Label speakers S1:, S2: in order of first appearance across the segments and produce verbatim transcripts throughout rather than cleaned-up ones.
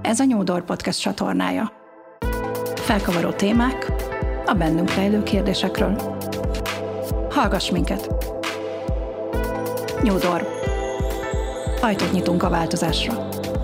S1: Ez a New Door Podcast csatornája. Felkavaró témák a bennünk rejlő kérdésekről. Hallgass minket! New Door. Ajtót nyitunk a változásra.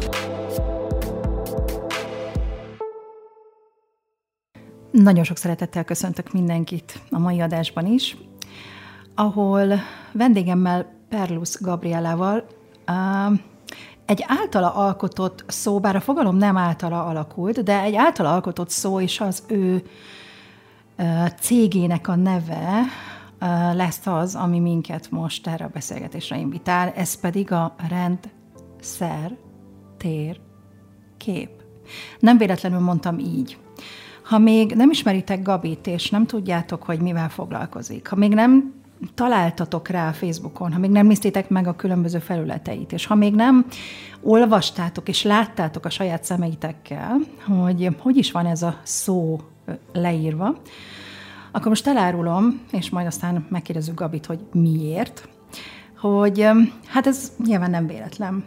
S1: Nagyon sok szeretettel köszöntök mindenkit a mai adásban is, ahol vendégemmel, Perlusz Gabrielával uh, egy általa alkotott szó, bár a fogalom nem általa alakult, de egy általa alkotott szó és az ő uh, cégének a neve uh, lesz az, ami minket most erre a beszélgetésre invitál, ez pedig a rendszer, tér, kép. Nem véletlenül mondtam így. Ha még nem ismeritek Gabit, és nem tudjátok, hogy mivel foglalkozik, ha még nem találtatok rá a Facebookon, ha még nem néztétek meg a különböző felületeit, és ha még nem olvastátok és láttátok a saját szemeitekkel, hogy hogy is van ez a szó leírva, akkor most elárulom, és majd aztán megkérdezzük Gabit, hogy miért, hogy hát ez nyilván nem véletlen.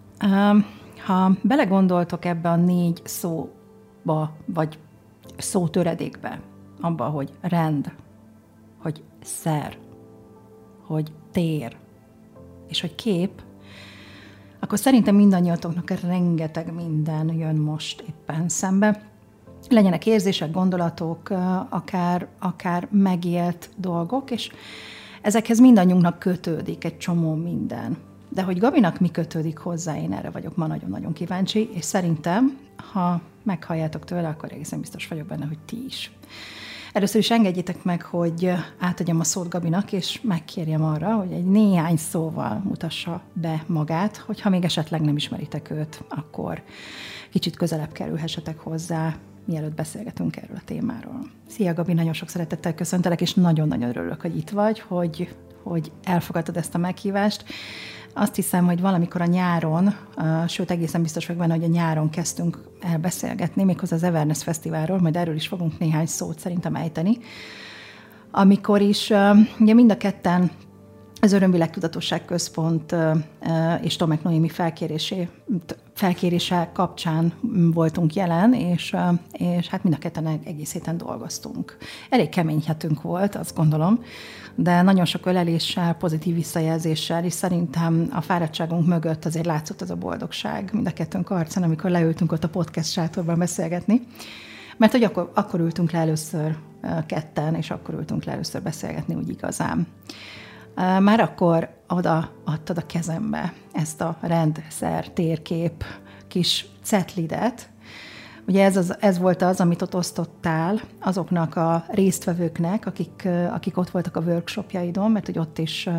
S1: Ha belegondoltok ebbe a négy szóba, vagy szótöredékbe, abba, hogy rend, hogy szer, hogy tér, és hogy kép, akkor szerintem mindannyiatoknak rengeteg minden jön most éppen szembe. Legyenek érzések, gondolatok, akár, akár megélt dolgok, és ezekhez mindannyiunknak kötődik egy csomó minden. De hogy Gabinak mi kötődik hozzá, én erre vagyok ma nagyon-nagyon kíváncsi, és szerintem, ha meghalljátok tőle, akkor egészen biztos vagyok benne, hogy ti is. Először is engedjétek meg, hogy átadjam a szót Gabinak, és megkérjem arra, hogy egy néhány szóval mutassa be magát, hogyha még esetleg nem ismeritek őt, akkor kicsit közelebb kerülhessetek hozzá, mielőtt beszélgetünk erről a témáról. Szia Gabi, nagyon sok szeretettel köszöntelek, és nagyon-nagyon örülök, hogy itt vagy, hogy, hogy elfogadtad ezt a meghívást. Azt hiszem, hogy valamikor a nyáron, uh, sőt egészen biztos vagyok benne, hogy a nyáron kezdtünk el beszélgetni, méghozzá az Everness Fesztiválról, majd erről is fogunk néhány szót szerintem ejteni, amikor is uh, ugye mind a ketten az Örömvilág Tudatosság Központ uh, uh, és Tomek Noémi felkérésé, felkérése kapcsán voltunk jelen, és, uh, és hát mind a ketten egész héten dolgoztunk. Elég kemény hetünk volt, azt gondolom, de nagyon sok öleléssel, pozitív visszajelzéssel, és szerintem a fáradtságunk mögött azért látszott az a boldogság mind a kettőnk arcán, amikor leültünk ott a podcast sátorban beszélgetni. Mert hogy akkor, akkor ültünk le először ketten, és akkor ültünk le először beszélgetni úgy igazán. Már akkor oda adtad a kezembe ezt a rendszer, térkép kis cetlidet. Ugye ez, az, ez volt az, amit ott osztottál azoknak a résztvevőknek, akik, akik ott voltak a workshopjaidon, mert hogy ott is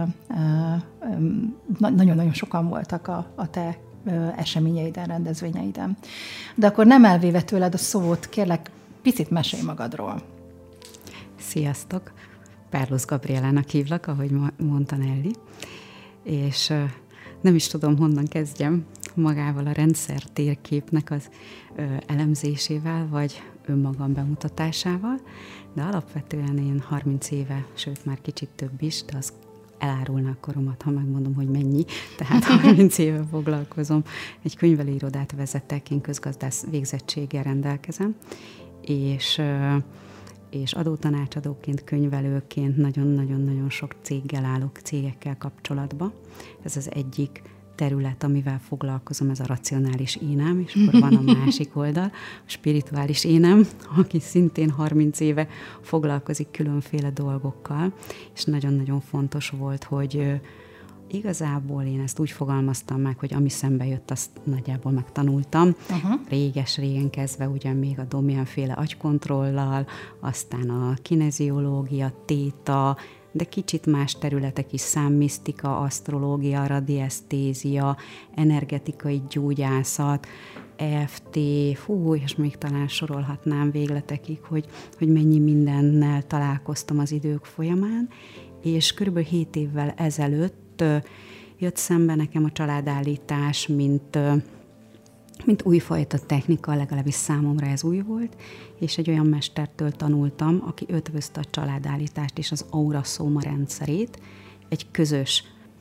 S1: nagyon-nagyon sokan voltak a, a te eseményeiden, rendezvényeiden. De akkor nem elvéve tőled a szót, kérlek, picit mesélj magadról.
S2: Sziasztok! Perlusz Gabrielának hívlak, ahogy mondta Nelly, és nem is tudom, honnan kezdjem magával a rendszer térképnek az ö, elemzésével, vagy önmagam bemutatásával, de alapvetően én harminc éve, sőt már kicsit több is, de az elárulná a koromat, ha megmondom, hogy mennyi, tehát harminc éve foglalkozom, egy könyvelőirodát vezetek, én közgazdász végzettséggel rendelkezem, és ö, és adótanácsadóként, könyvelőként nagyon-nagyon-nagyon sok céggel állok, cégekkel kapcsolatba. Ez az egyik terület, amivel foglalkozom, ez a racionális énem, és akkor van a másik oldal, a spirituális énem, aki szintén harminc éve foglalkozik különféle dolgokkal, és nagyon-nagyon fontos volt, hogy igazából én ezt úgy fogalmaztam meg, hogy ami szembe jött, azt nagyjából megtanultam. Uh-huh. Réges-régen kezdve ugyan még a Domian-féle agykontrollal, aztán a kineziológia, téta, de kicsit más területek is, számmisztika, asztrológia, radiesztézia, energetikai gyógyászat, E F T, fú, és még talán sorolhatnám végletekig, hogy, hogy mennyi mindennel találkoztam az idők folyamán, és körülbelül hét évvel ezelőtt jött szembe nekem a családállítás, mint, mint újfajta technika, legalábbis számomra ez új volt, és egy olyan mestertől tanultam, aki ötvözte a családállítást és az aura szóma rendszerét, egy közös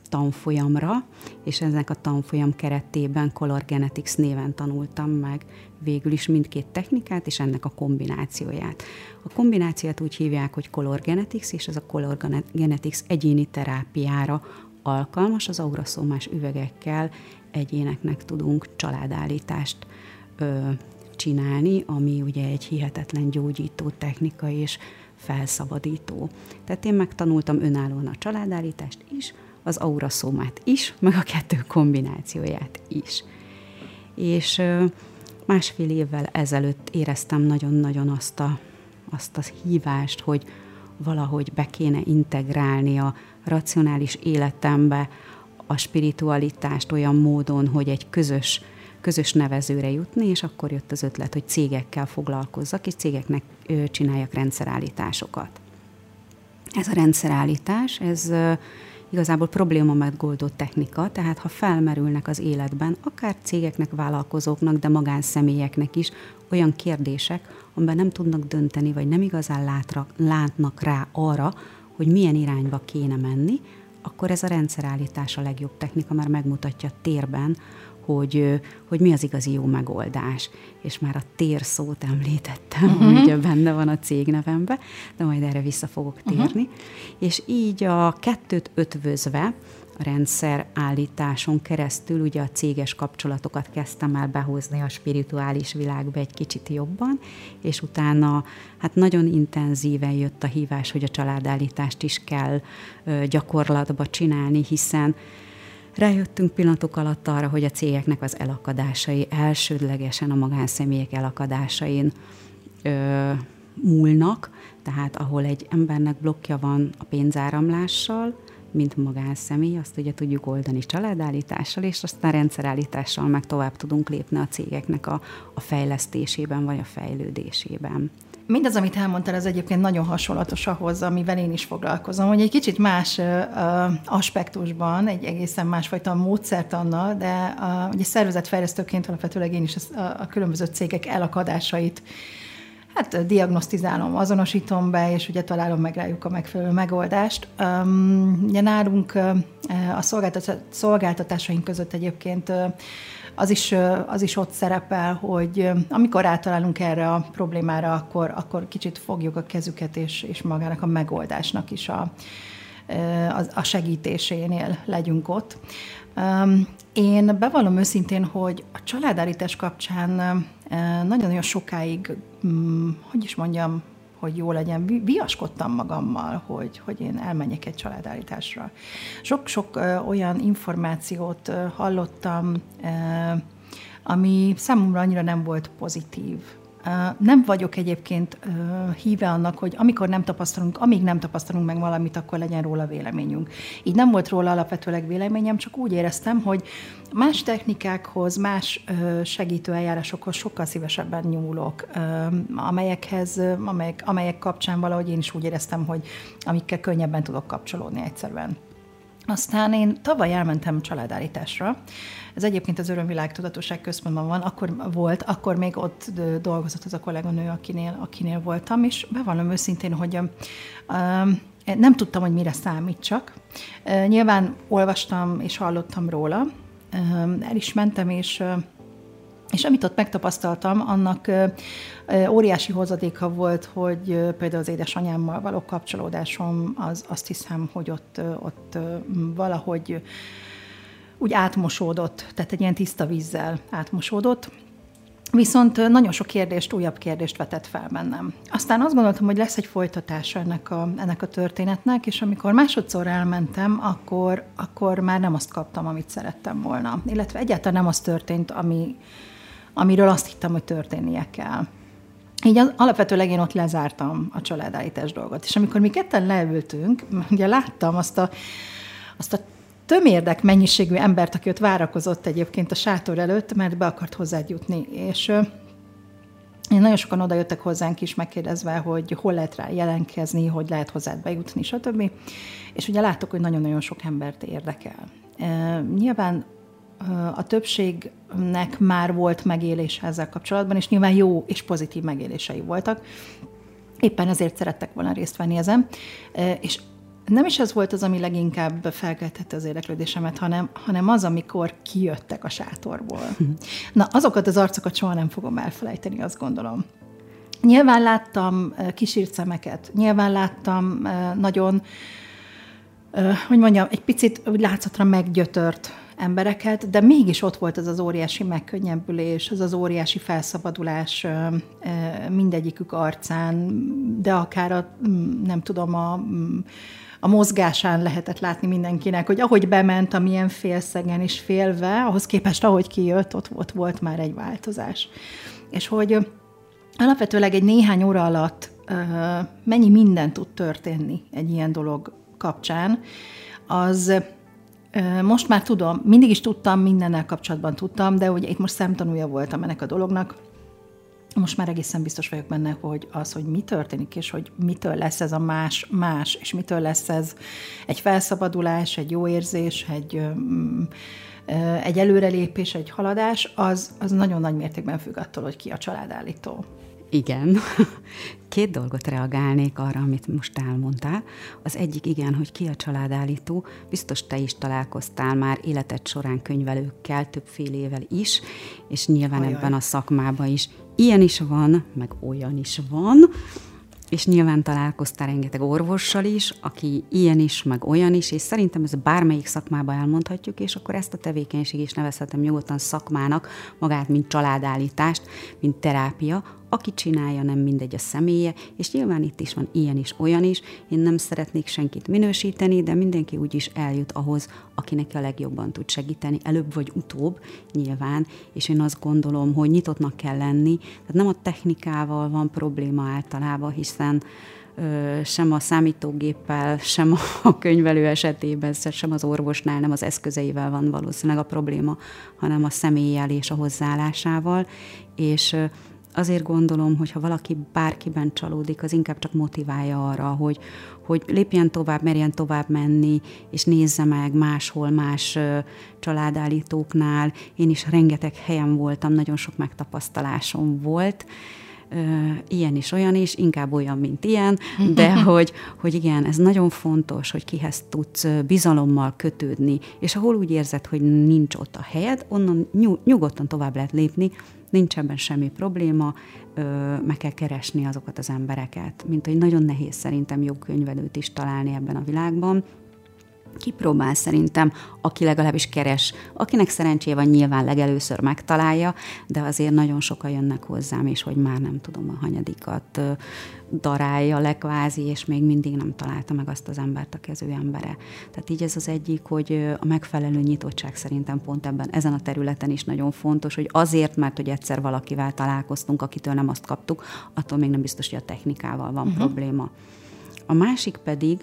S2: tanfolyamra, és ennek a tanfolyam keretében Color Genetics néven tanultam meg végül is mindkét technikát, és ennek a kombinációját. A kombinációt úgy hívják, hogy Color Genetics, és ez a Color Genetics egyéni terápiára alkalmas, az auraszómás üvegekkel egyéneknek tudunk családállítást ö, csinálni, ami ugye egy hihetetlen gyógyító technika és felszabadító. Tehát én megtanultam önállóan a családállítást is, az auraszómát is, meg a kettő kombinációját is. És ö, másfél évvel ezelőtt éreztem nagyon-nagyon azt a, azt a hívást, hogy valahogy be kéne integrálni a racionális életembe a spiritualitást olyan módon, hogy egy közös, közös nevezőre jutni, és akkor jött az ötlet, hogy cégekkel foglalkozzak, és cégeknek ö, csináljak rendszerállításokat. Ez a rendszerállítás, ez ö, igazából probléma megoldó technika, tehát ha felmerülnek az életben, akár cégeknek, vállalkozóknak, de magánszemélyeknek is olyan kérdések, amiben nem tudnak dönteni, vagy nem igazán látra, látnak rá arra, hogy milyen irányba kéne menni, akkor ez a rendszerállítás a legjobb technika, mert megmutatja térben, hogy, hogy mi az igazi jó megoldás. És már a tér szót említettem, uh-huh. ami ugye benne van a cégnevemben, de majd erre vissza fogok térni. Uh-huh. És így a kettőt ötvözve, a rendszerállításon keresztül ugye a céges kapcsolatokat kezdtem el behozni a spirituális világba egy kicsit jobban, és utána hát nagyon intenzíven jött a hívás, hogy a családállítást is kell ö, gyakorlatba csinálni, hiszen rájöttünk pillanatok alatt arra, hogy a cégeknek az elakadásai elsődlegesen a magánszemélyek elakadásain ö, múlnak, tehát ahol egy embernek blokkja van a pénzáramlással, mint magánszemély, azt ugye tudjuk oldani családállítással, és aztán rendszerállítással meg tovább tudunk lépni a cégeknek a, a fejlesztésében, vagy a fejlődésében.
S1: Mindaz, amit elmondtál, ez egyébként nagyon hasonlatos ahhoz, amivel én is foglalkozom, hogy egy kicsit más uh, aspektusban, egy egészen másfajta módszertannal, de uh, ugye szervezetfejlesztőként alapvetőleg én is a, a különböző cégek elakadásait hát diagnosztizálom, azonosítom be, és ugye találom meg rájuk a megfelelő megoldást. Um, ugye nálunk uh, a szolgáltatásaink között egyébként uh, az is, uh, az is ott szerepel, hogy uh, amikor rátalálunk erre a problémára, akkor, akkor kicsit fogjuk a kezüket, és, és magának a megoldásnak is a, uh, a, a segítésénél legyünk ott. Um, én bevallom őszintén, hogy a családállítás kapcsán uh, nagyon-nagyon sokáig, um, hogy is mondjam, hogy jó legyen, viaskodtam magammal, hogy, hogy én elmenjek egy családállításra. Sok-sok uh, olyan információt uh, hallottam, uh, ami számomra annyira nem volt pozitív. Nem vagyok egyébként híve annak, hogy amikor nem tapasztalunk, amíg nem tapasztalunk meg valamit, akkor legyen róla véleményünk. Így nem volt róla alapvetőleg véleményem, csak úgy éreztem, hogy más technikákhoz, más segítő eljárásokhoz sokkal szívesebben nyúlok, amelyekhez, amelyek, amelyek kapcsán valahogy én is úgy éreztem, hogy amikkel könnyebben tudok kapcsolódni egyszerűen. Aztán én tavaly elmentem családállításra. Ez egyébként az Örömvilág Tudatosság Központban van, akkor volt, akkor még ott dolgozott az a kolléganő, akinél, akinél voltam, és bevallom őszintén, hogy uh, nem tudtam, hogy mire számítsak. Uh, nyilván olvastam és hallottam róla, uh, el is mentem, és uh, És amit ott megtapasztaltam, annak óriási hozadéka volt, hogy például az édesanyámmal való kapcsolódásom, az, azt hiszem, hogy ott, ott valahogy úgy átmosódott, tehát egy ilyen tiszta vízzel átmosódott. Viszont nagyon sok kérdést, újabb kérdést vetett fel bennem. Aztán azt gondoltam, hogy lesz egy folytatása ennek a, ennek a történetnek, és amikor másodszor elmentem, akkor, akkor már nem azt kaptam, amit szerettem volna. Illetve egyáltalán nem az történt, ami, amiről azt hittem, hogy történnie kell. Így az, alapvetőleg én ott lezártam a családállítás dolgot. És amikor mi ketten leültünk, ugye láttam azt a, azt a tömérdek mennyiségű embert, aki ott várakozott egyébként a sátor előtt, mert be akart hozzád jutni. És uh, nagyon sokan oda jöttek hozzánk is megkérdezve, hogy hol lehet rá jelentkezni, hogy lehet hozzád bejutni, stb. És ugye láttuk, hogy nagyon-nagyon sok embert érdekel. Uh, nyilván uh, a többségnek már volt megélése ezzel kapcsolatban, és nyilván jó és pozitív megélései voltak. Éppen ezért szerettek volna részt venni ezen. Uh, és nem is az volt az, ami leginkább felkeltette az érdeklődésemet, hanem, hanem az, amikor kijöttek a sátorból. Na, azokat az arcokat soha nem fogom elfelejteni, azt gondolom. Nyilván láttam kisírt szemeket, nyilván láttam nagyon, hogy mondjam, egy picit úgy látszatra meggyötört embereket, de mégis ott volt az az óriási megkönnyebbülés, az az óriási felszabadulás mindegyikük arcán, de akár a, nem tudom, a, a mozgásán lehetett látni mindenkinek, hogy ahogy bement, amilyen félszegen és félve, ahhoz képest, ahogy kijött, ott, ott volt már egy változás. És hogy alapvetőleg egy néhány óra alatt mennyi minden tud történni egy ilyen dolog kapcsán, az most már tudom, mindig is tudtam, mindennel kapcsolatban tudtam, de ugye itt most szemtanúja voltam ennek a dolognak. Most már egészen biztos vagyok benne, hogy az, hogy mi történik, és hogy mitől lesz ez a más, más, és mitől lesz ez egy felszabadulás, egy jó érzés, egy, egy előrelépés, egy haladás, az, az nagyon nagy mértékben függ attól, hogy ki a családállító.
S2: Igen. Két dolgot reagálnék arra, amit most elmondtál. Az egyik igen, hogy ki a családállító. Biztos te is találkoztál már életed során könyvelőkkel, többfélével is, és nyilván Ajaj. ebben a szakmában is ilyen is van, meg olyan is van, és nyilván találkoztál rengeteg orvossal is, aki ilyen is, meg olyan is, és szerintem ez bármelyik szakmában elmondhatjuk, és akkor ezt a tevékenység is nevezhetem nyugodtan szakmának, magát, mint családállítást, mint terápia, aki csinálja, nem mindegy a személye, és nyilván itt is van ilyen is, olyan is. Én nem szeretnék senkit minősíteni, de mindenki úgyis eljut ahhoz, aki neki a legjobban tud segíteni, előbb vagy utóbb nyilván, és én azt gondolom, hogy nyitottnak kell lenni, tehát nem a technikával van probléma általában, hiszen ö, sem a számítógéppel, sem a könyvelő esetében, sem az orvosnál nem az eszközeivel van valószínűleg a probléma, hanem a személlyel és a hozzáállásával, és ö, azért gondolom, hogy ha valaki bárkiben csalódik, az inkább csak motiválja arra, hogy, hogy lépjen tovább, merjen tovább menni, és nézze meg máshol, más családállítóknál. Én is rengeteg helyen voltam, nagyon sok megtapasztalásom volt, ilyen is, olyan is, inkább olyan, mint ilyen, de hogy, hogy igen, ez nagyon fontos, hogy kihez tudsz bizalommal kötődni, és ahol úgy érzed, hogy nincs ott a helyed, onnan nyugodtan tovább lehet lépni, nincs ebben semmi probléma, meg kell keresni azokat az embereket, mint hogy nagyon nehéz szerintem jó könyvelőt is találni ebben a világban. Kipróbál szerintem, aki legalábbis keres, akinek szerencséje van, nyilván legelőször megtalálja, de azért nagyon sokan jönnek hozzám, és hogy már nem tudom, a hanyadikat darálja le kvázi, és még mindig nem találta meg azt az embert, aki az ő embere. Tehát így ez az egyik, hogy a megfelelő nyitottság szerintem pont ebben, ezen a területen is nagyon fontos, hogy azért, mert hogy egyszer valakivel találkoztunk, akitől nem azt kaptuk, attól még nem biztos, hogy a technikával van uh-huh. probléma. A másik pedig,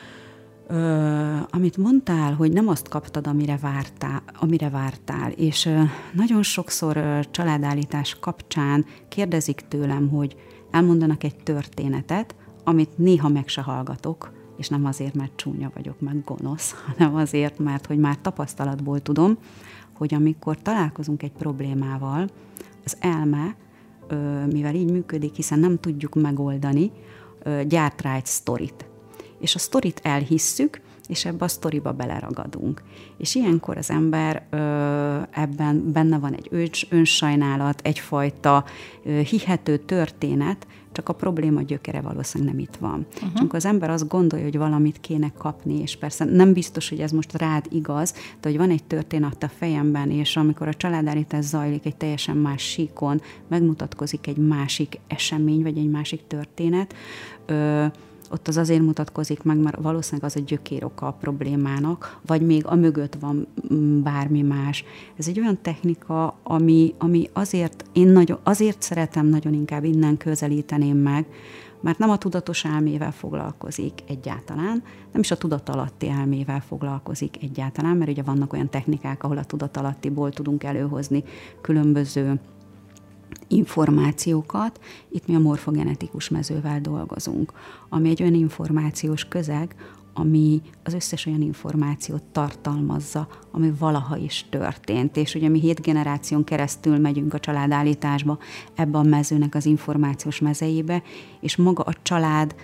S2: Ö, amit mondtál, hogy nem azt kaptad, amire vártál, amire vártál, és ö, nagyon sokszor ö, családállítás kapcsán kérdezik tőlem, hogy elmondanak egy történetet, amit néha meg se hallgatok, és nem azért, mert csúnya vagyok, meg gonosz, hanem azért, mert hogy már tapasztalatból tudom, hogy amikor találkozunk egy problémával, az elme, ö, mivel így működik, hiszen nem tudjuk megoldani, ö, gyárt rá egy sztorit. És a sztorit elhisszük, és ebbe a sztoriba beleragadunk. És ilyenkor az ember ö, ebben benne van egy öns, önsajnálat, egyfajta ö, hihető történet, csak a probléma gyökere valószínűleg nem itt van. Uh-huh. És amikor az ember azt gondolja, hogy valamit kéne kapni, és persze nem biztos, hogy ez most rád igaz, de hogy van egy történet a fejemben, és amikor a családállítás zajlik egy teljesen más síkon, megmutatkozik egy másik esemény, vagy egy másik történet, ö, ott az azért mutatkozik meg, mert valószínűleg az a gyökéroka a problémának, vagy még a mögött van bármi más. Ez egy olyan technika, ami, ami azért, én nagyon, azért szeretem nagyon inkább innen közelíteném meg, mert nem a tudatos elmével foglalkozik egyáltalán, nem is a tudatalatti elmével foglalkozik egyáltalán, mert ugye vannak olyan technikák, ahol a tudatalattiból tudunk előhozni különböző információkat, itt mi a morfogenetikus mezővel dolgozunk, ami egy olyan információs közeg, ami az összes olyan információt tartalmazza, ami valaha is történt. És ugye mi hét generáción keresztül megyünk a családállításba ebbe a mezőnek az információs mezejébe, és maga a család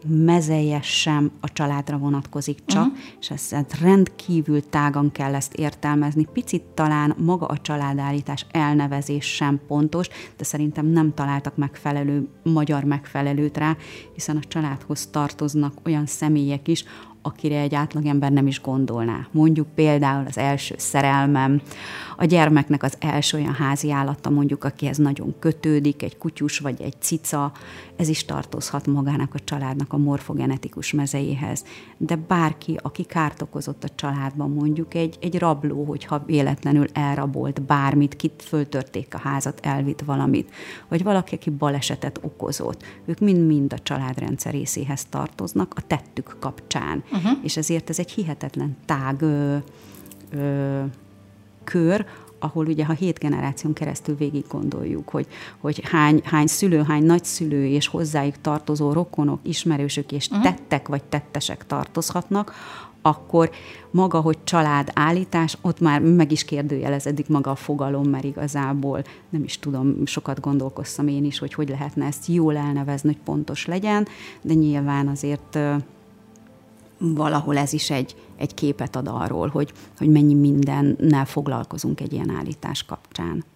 S2: mezeje sem a családra vonatkozik csak, uh-huh. és ezt rendkívül tágan kell ezt értelmezni. Picit talán maga a családállítás elnevezés sem pontos, de szerintem nem találtak megfelelő, magyar megfelelőt rá, hiszen a családhoz tartoznak olyan személyek is, akire egy átlagember nem is gondolná. Mondjuk például az első szerelmem, a gyermeknek az első olyan házi állata, mondjuk, akihez nagyon kötődik, egy kutyus vagy egy cica, ez is tartozhat magának a családnak a morfogenetikus mezejéhez. De bárki, aki kárt okozott a családban, mondjuk egy, egy rabló, hogyha véletlenül elrabolt bármit, kit föltörték a házat, elvitt valamit, vagy valaki, aki balesetet okozott, ők mind-mind a családrendszer részéhez tartoznak a tettük kapcsán. Uh-huh. És ezért ez egy hihetetlen tág ö, ö, kör, ahol ugye, ha hét generáción keresztül végig gondoljuk, hogy, hogy hány, hány szülő, hány nagyszülő és hozzájuk tartozó rokonok, ismerősök és uh-huh. tettek vagy tettesek tartozhatnak, akkor maga, hogy családállítás, ott már meg is kérdőjeleződik maga a fogalom, mert igazából nem is tudom, sokat gondolkoztam én is, hogy hogy lehetne ezt jól elnevezni, hogy pontos legyen, de nyilván azért valahol ez is egy, egy képet ad arról, hogy, hogy mennyi mindennel foglalkozunk egy ilyen állítás kapcsán.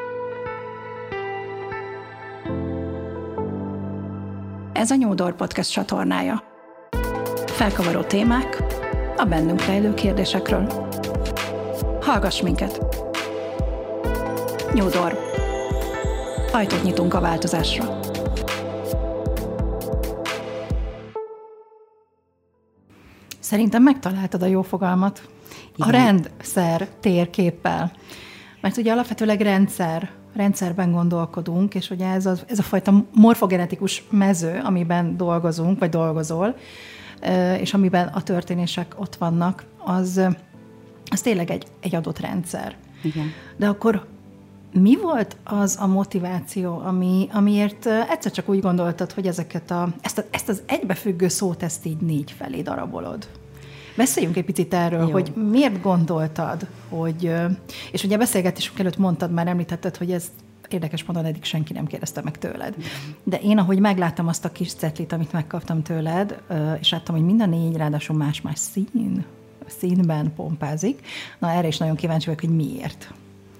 S1: Ez a New Door Podcast csatornája. Felkavaró témák a bennünk rejlő kérdésekről. Hallgass minket! New Door. Ajtót nyitunk a változásra. Szerintem megtaláltad a jó fogalmat. Igen. A rendszer térképpel. Mert ugye alapvetőleg rendszer, rendszerben gondolkodunk, és ugye ez a, ez a fajta morfogenetikus mező, amiben dolgozunk, vagy dolgozol, és amiben a történések ott vannak, az, az tényleg egy, egy adott rendszer.
S2: Igen.
S1: De akkor mi volt az a motiváció, ami, amiért egyszer csak úgy gondoltad, hogy ezeket a, ezt, a, ezt az egybefüggő szót, ezt így négy felé darabolod? Beszéljünk egy picit erről, jó. Hogy miért gondoltad, hogy, és ugye beszélgetésünk előtt mondtad, már említetted, hogy ez érdekes módon eddig senki nem kérdezte meg tőled. De én, ahogy megláttam azt a kis cetlit, amit megkaptam tőled, és láttam, hogy mind a négy ráadásul más-más szín, színben pompázik, na erre is nagyon kíváncsi vagyok, hogy miért.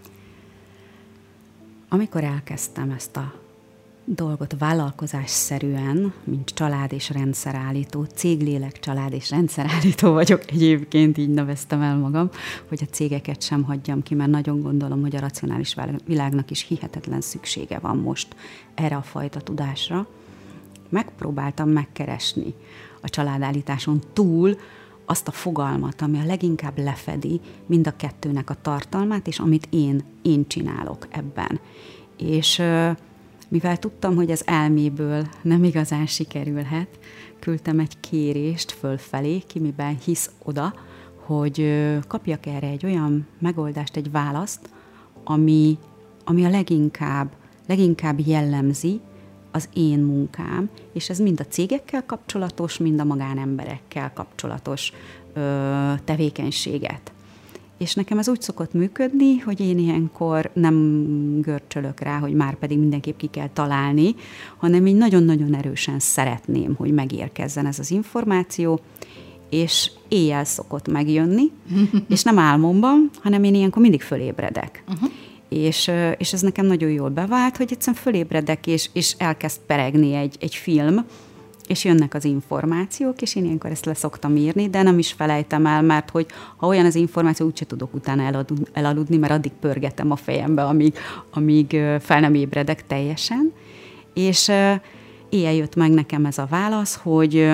S2: Amikor elkezdtem ezt a dolgot vállalkozásszerűen, mint család- és rendszerállító, céglélek család- és rendszerállító vagyok egyébként, így neveztem el magam, hogy a cégeket sem hagyjam ki, mert nagyon gondolom, hogy a racionális világnak is hihetetlen szüksége van most erre a fajta tudásra. Megpróbáltam megkeresni a családállításon túl azt a fogalmat, ami a leginkább lefedi mind a kettőnek a tartalmát, és amit én, én csinálok ebben. És mivel tudtam, hogy az elméből nem igazán sikerülhet, küldtem egy kérést fölfelé, ki miben hisz oda, hogy kapjak erre egy olyan megoldást, egy választ, ami, ami a leginkább, leginkább jellemzi az én munkám, és ez mind a cégekkel kapcsolatos, mind a magánemberekkel kapcsolatos ö, tevékenységet. És nekem ez úgy szokott működni, hogy én ilyenkor nem görcsölök rá, hogy már pedig mindenképp ki kell találni, hanem így nagyon-nagyon erősen szeretném, hogy megérkezzen ez az információ, és éjjel szokott megjönni, és nem álmomban, hanem én ilyenkor mindig fölébredek. Uh-huh. És, és ez nekem nagyon jól bevált, hogy egyszerűen fölébredek, és, és elkezd peregni egy, egy film, és jönnek az információk, és én ilyenkor ezt le szoktam írni, de nem is felejtem el, mert hogy ha olyan az információ, úgyse tudok utána elaludni, mert addig pörgetem a fejembe, amíg, amíg fel nem ébredek teljesen. És éjjel jött meg nekem ez a válasz, hogy,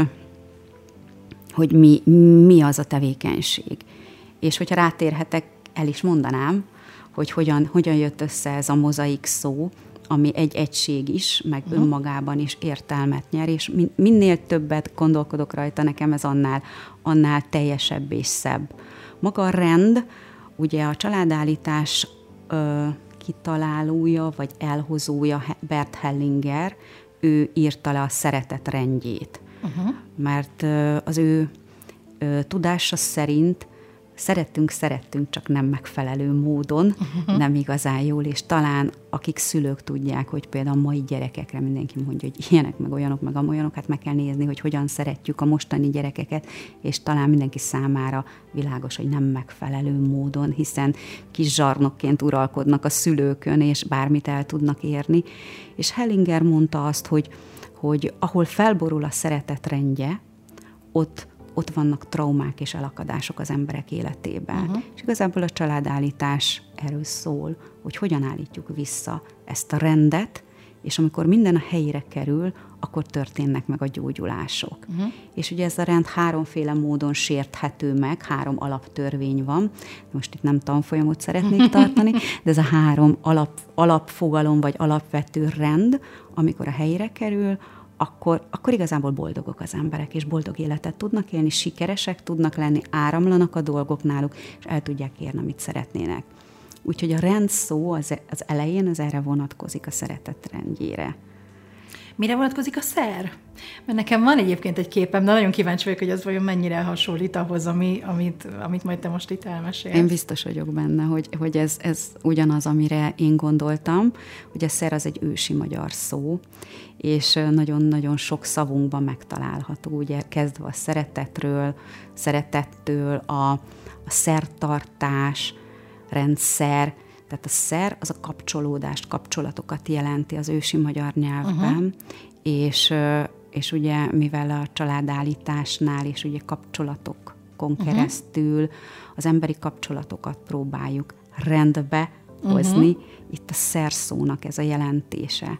S2: hogy mi, mi az a tevékenység. És hogyha rátérhetek, el is mondanám, hogy hogyan, hogyan jött össze ez a mozaik szó, ami egy egység is, meg uh-huh. önmagában is értelmet nyer, és minél többet gondolkodok rajta, nekem ez annál, annál teljesebb és szebb. Maga a rend, ugye a családállítás ö, kitalálója, vagy elhozója Bert Hellinger, ő írta le a szeretet rendjét. Uh-huh. Mert ö, az ő ö, tudása szerint szerettünk, szerettünk, csak nem megfelelő módon, uh-huh. nem igazán jól, és talán akik szülők tudják, hogy például a mai gyerekekre mindenki mondja, hogy ilyenek, meg olyanok, meg amolyanok, hát meg kell nézni, hogy hogyan szeretjük a mostani gyerekeket, és talán mindenki számára világos, hogy nem megfelelő módon, hiszen kis zsarnokként uralkodnak a szülőkön, és bármit el tudnak érni. És Hellinger mondta azt, hogy, hogy ahol felborul a szeretet rendje, ott ott vannak traumák és elakadások az emberek életében. Uh-huh. És igazából a családállítás erről szól, hogy hogyan állítjuk vissza ezt a rendet, és amikor minden a helyére kerül, akkor történnek meg a gyógyulások. Uh-huh. És ugye ez a rend háromféle módon sérthető meg, három alaptörvény van. Most itt nem tanfolyamot szeretnék tartani, de ez a három alap, alapfogalom vagy alapvető rend, amikor a helyére kerül, Akkor, akkor igazából boldogok az emberek, és boldog életet tudnak élni, sikeresek tudnak lenni, áramlanak a dolgok náluk, és el tudják érni, amit szeretnének. Úgyhogy a rend szó az, az elején az erre vonatkozik, a szeretet rendjére.
S1: Mire vonatkozik a szer? Mert nekem van egyébként egy képem, de nagyon kíváncsi vagyok, hogy az vajon mennyire hasonlít ahhoz, ami, amit, amit majd te most itt elmesélsz.
S2: Én biztos vagyok benne, hogy, hogy ez, ez ugyanaz, amire én gondoltam, hogy a szer az egy ősi magyar szó, és nagyon-nagyon sok szavunkban megtalálható, ugye kezdve a szeretetről, szeretettől, a, a szertartás, rendszer, tehát a szer az a kapcsolódást, kapcsolatokat jelenti az ősi magyar nyelvben, uh-huh. és, és ugye mivel a családállításnál és ugye kapcsolatokon uh-huh. keresztül az emberi kapcsolatokat próbáljuk rendbe hozni, uh-huh. itt a szer szónak ez a jelentése.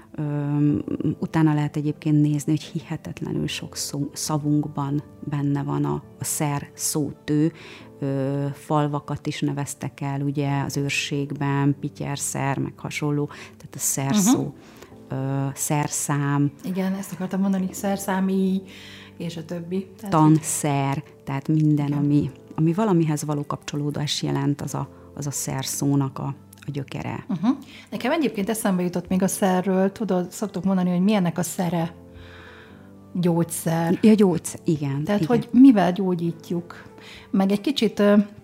S2: Üm, utána lehet egyébként nézni, hogy hihetetlenül sok szó, szavunkban benne van a, a szer szótő. Ö, falvakat is neveztek el, ugye az őrségben, pityerszer, meg hasonló, tehát a szerszó, uh-huh. ö, szerszám.
S1: Igen, ezt akartam mondani, szerszámi, és a többi.
S2: Tehát tanszer, tehát minden, ami, ami valamihez való kapcsolódás jelent, az a, az a szerszónak a a gyökere.
S1: Uh-huh. Nekem egyébként eszembe jutott még a szerről, tudod, szoktuk mondani, hogy milyennek a szere? Gyógyszer.
S2: Ja, gyógyszer, igen.
S1: Tehát,
S2: igen.
S1: hogy mivel gyógyítjuk. Meg egy kicsit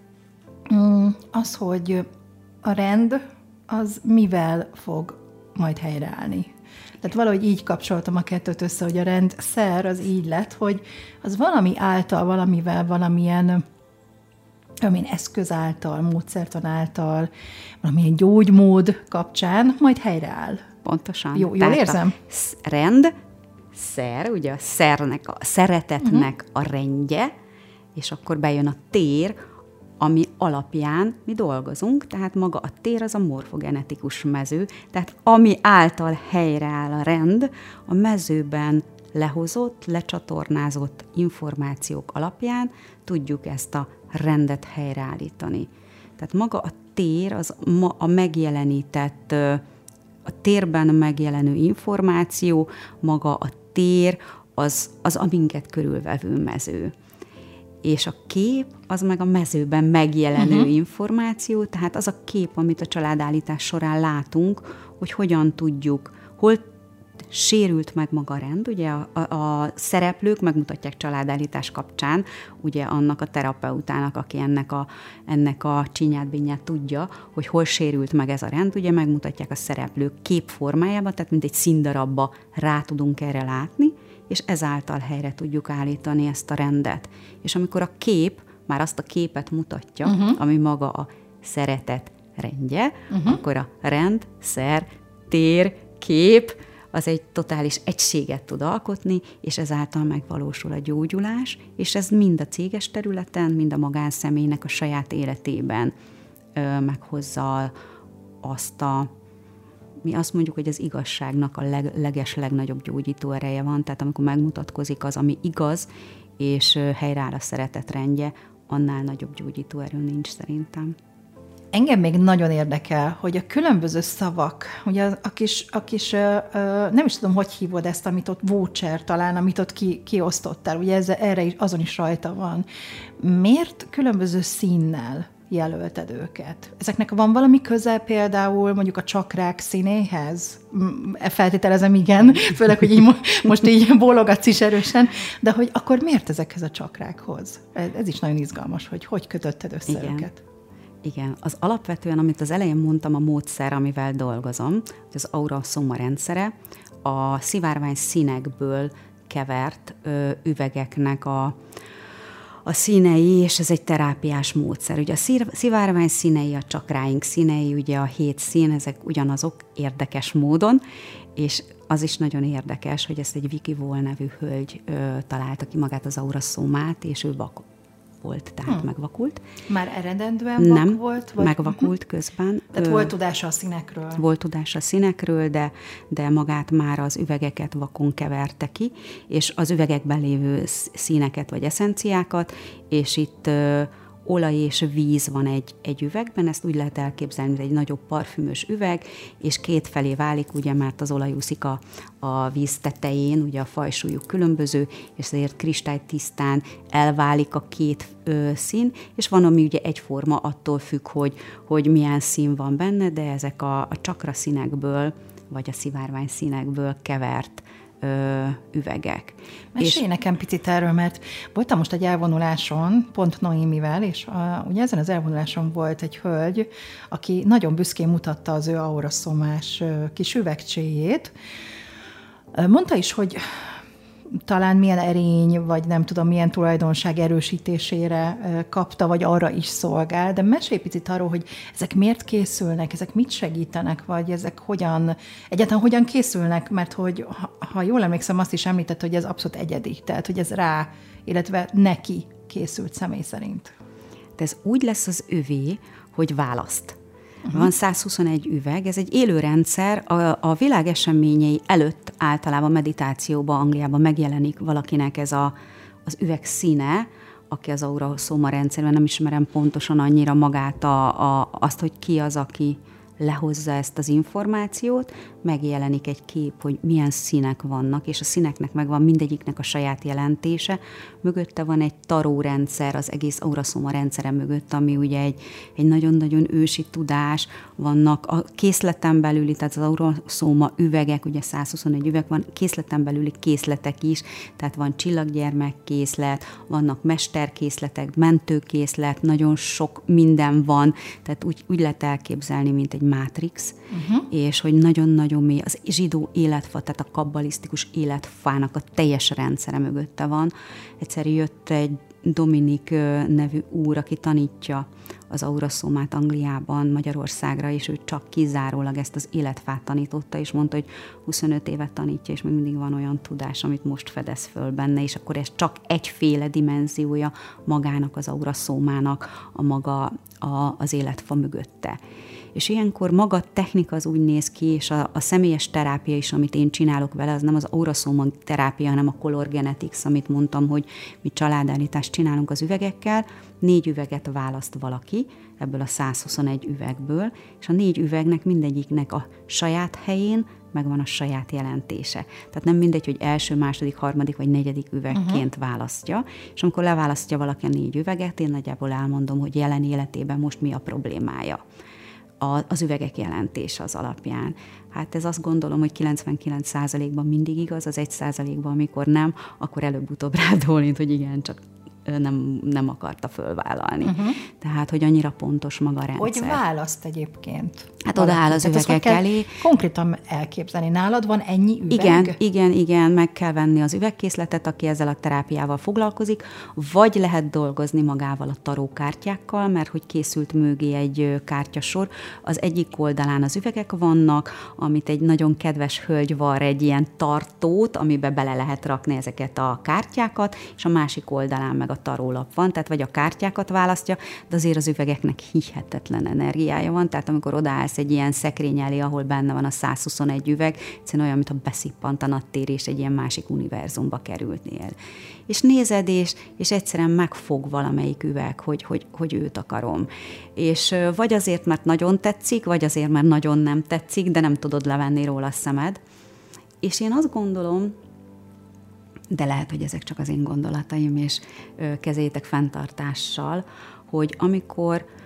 S1: az, hogy a rend, az mivel fog majd helyreállni. Tehát valahogy így kapcsoltam a kettőt össze, hogy a rendszer az így lett, hogy az valami által, valamivel, valamilyen valamilyen eszköz által, módszertan által, valamilyen gyógymód kapcsán majd helyreáll.
S2: Pontosan.
S1: Jó, jól érzem?
S2: A rend, szer, ugye a szernek, a szeretetnek uh-huh. a rendje, és akkor bejön a tér, ami alapján mi dolgozunk, tehát maga a tér az a morfogenetikus mező, tehát ami által helyreáll a rend, a mezőben lehozott, lecsatornázott információk alapján tudjuk ezt a rendet helyreállítani. Tehát maga a tér, az ma a megjelenített, a térben megjelenő információ, maga a tér, az, az a minket körülvevő mező. És a kép, az meg a mezőben megjelenő uh-huh. információ, tehát az a kép, amit a családállítás során látunk, hogy hogyan tudjuk, hol sérült meg maga a rend, ugye a, a, a szereplők megmutatják családállítás kapcsán, ugye annak a terapeutának, aki ennek a, ennek a csinyát-binyát tudja, hogy hol sérült meg ez a rend, ugye megmutatják a szereplők képformájában, tehát mint egy színdarabba rá tudunk erre látni, és ezáltal helyre tudjuk állítani ezt a rendet. És amikor a kép már azt a képet mutatja, uh-huh. ami maga a szeretet rendje, uh-huh. akkor a rend, szer, tér, kép, az egy totális egységet tud alkotni, és ezáltal megvalósul a gyógyulás, és ez mind a céges területen, mind a magánszemélynek a saját életében ö, meghozza azt a, mi azt mondjuk, hogy az igazságnak a leg, leges, legnagyobb gyógyító ereje van, tehát amikor megmutatkozik az, ami igaz, és helyreáll a szeretet rendje, annál nagyobb gyógyító erő nincs szerintem.
S1: Engem még nagyon érdekel, hogy a különböző szavak, ugye a, a kis, a kis ö, ö, nem is tudom, hogy hívod ezt, amit ott voucher talán, amit ott ki, kiosztottál, ugye ez, erre is, azon is rajta van. Miért különböző színnel jelölted őket. Ezeknek van valami köze például mondjuk a csakrák színéhez? Feltételezem, igen, főleg, hogy így mo- most így bólogatsz is erősen, de hogy akkor miért ezekhez a csakrákhoz? Ez is nagyon izgalmas, hogy hogy kötötted össze igen. őket.
S2: Igen, az alapvetően, amit az elején mondtam, a módszer, amivel dolgozom, hogy az aura-szoma rendszere, a szivárvány színekből kevert ö, üvegeknek a a színei, és ez egy terápiás módszer. Ugye a szivárvány színei, a csakráink színei, ugye a hét szín, ezek ugyanazok érdekes módon, és az is nagyon érdekes, hogy ezt egy Vicky Wall nevű hölgy ö, találta ki magát az aura-szomát, és ő vak volt, tehát hmm. megvakult.
S1: Már eredendően vak
S2: Nem,
S1: volt? Vagy?
S2: megvakult közben.
S1: Tehát volt tudása a színekről?
S2: Volt tudása a színekről, de, de magát már az üvegeket vakon keverte ki, és az üvegekben lévő színeket vagy eszenciákat, és itt ö, olaj és víz van egy, egy üvegben, ezt úgy lehet elképzelni, mint egy nagyobb parfümös üveg, és két felé válik, ugye, mert az olaj úszik a, a víz tetején, ugye a fajsúlyuk különböző, és ezért kristálytisztán elválik a két ö, szín, és van, ami ugye egyforma, attól függ, hogy, hogy milyen szín van benne, de ezek a, a csakra színekből, vagy a szivárvány színekből kevert Ö, üvegek.
S1: Mesélj és... nekem picit erről, mert voltam most egy elvonuláson, pont Noémivel, és a, ugye ezen az elvonuláson volt egy hölgy, aki nagyon büszkén mutatta az ő auraszomás kis üvegcséjét. Mondta is, hogy talán milyen erény, vagy nem tudom, milyen tulajdonság erősítésére kapta, vagy arra is szolgál, de mesélj picit arról, hogy ezek miért készülnek, ezek mit segítenek, vagy ezek hogyan, egyáltalán hogyan készülnek, mert hogy ha, ha jól emlékszem, azt is említett, hogy ez abszolút egyedi, tehát hogy ez rá, illetve neki készült személy szerint.
S2: De ez úgy lesz az övé, hogy választ. Uh-huh. Van száz huszonegy üveg, ez egy élő rendszer, a, a világ eseményei előtt általában meditációban, Angliában megjelenik valakinek ez a, az üveg színe, aki az aura-szoma rendszerben, nem ismerem pontosan annyira magát, a, a, azt, hogy ki az, aki lehozza ezt az információt, megjelenik egy kép, hogy milyen színek vannak, és a színeknek megvan mindegyiknek a saját jelentése. Mögötte van egy taró-rendszer, az egész aura-szoma rendszere mögött, ami ugye egy, egy nagyon-nagyon ősi tudás, vannak a készleten belüli, tehát az aura-szoma üvegek, ugye száz huszonegy üveg van, készleten belüli készletek is, tehát van csillaggyermek készlet, vannak mesterkészletek, mentőkészlet, nagyon sok minden van, tehát úgy, úgy lehet elképzelni, mint egy mátrix, uh-huh. és hogy nagyon-nagyon mély, az zsidó életfa, tehát a kabbalisztikus életfának a teljes rendszere mögötte van. Egyszer jött egy Dominik nevű úr, aki tanítja az aura-szomát Angliában, Magyarországra, és ő csak kizárólag ezt az életfát tanította, és mondta, hogy huszonöt évet tanítja, és még mindig van olyan tudás, amit most fedez föl benne, és akkor ez csak egyféle dimenziója magának az aura-szomának, a maga a, az életfa mögötte. És ilyenkor maga a technika az úgy néz ki, és a, a személyes terápia is, amit én csinálok vele, az nem az aura-szoma terápia, hanem a color genetics, amit mondtam, hogy mi családállítást csinálunk az üvegekkel. Négy üveget választ valaki ebből a száz huszonegy üvegből, és a négy üvegnek mindegyiknek a saját helyén megvan a saját jelentése. Tehát nem mindegy, hogy első, második, harmadik vagy negyedik üvegként uh-huh. választja, és amikor leválasztja valaki a négy üveget, én nagyjából elmondom, hogy jelen életében most mi a problémája. A, az üvegek jelentése az alapján. Hát ez azt gondolom, hogy kilencvenkilenc százalékban mindig igaz, az egy százalékban, amikor nem, akkor előbb-utóbb rádólint, hogy igen, csak nem, nem akarta fölvállalni. Uh-huh. Tehát, hogy annyira pontos maga a rendszer.
S1: Hogy választ egyébként?
S2: Hát odaáll az üvegek elé.
S1: Konkrétan elképzelni. Nálad van ennyi üveg?
S2: Igen, igen, igen, meg kell venni az üvegkészletet, aki ezzel a terápiával foglalkozik, vagy lehet dolgozni magával a tarókártyákkal, mert hogy készült mögé egy kártyasor. Az egyik oldalán az üvegek vannak, amit egy nagyon kedves hölgy var egy ilyen tartót, amiben bele lehet rakni ezeket a kártyákat, és a másik oldalán meg a tarólap van, tehát vagy a kártyákat választja, de azért az üvegeknek hihetetlen energiája van, tehát amikor odaállsz egy ilyen szekrény elé, ahol benne van a száz huszonegy üveg, egyszerűen olyan, mintha beszippantana a tér, és egy ilyen másik univerzumba kerülnél. És nézed, és, és egyszerűen megfog valamelyik üveg, hogy, hogy, hogy őt akarom. És vagy azért, mert nagyon tetszik, vagy azért, mert nagyon nem tetszik, de nem tudod levenni róla a szemed. És én azt gondolom, de lehet, hogy ezek csak az én gondolataim, és kezeljétek fenntartással, hogy amikor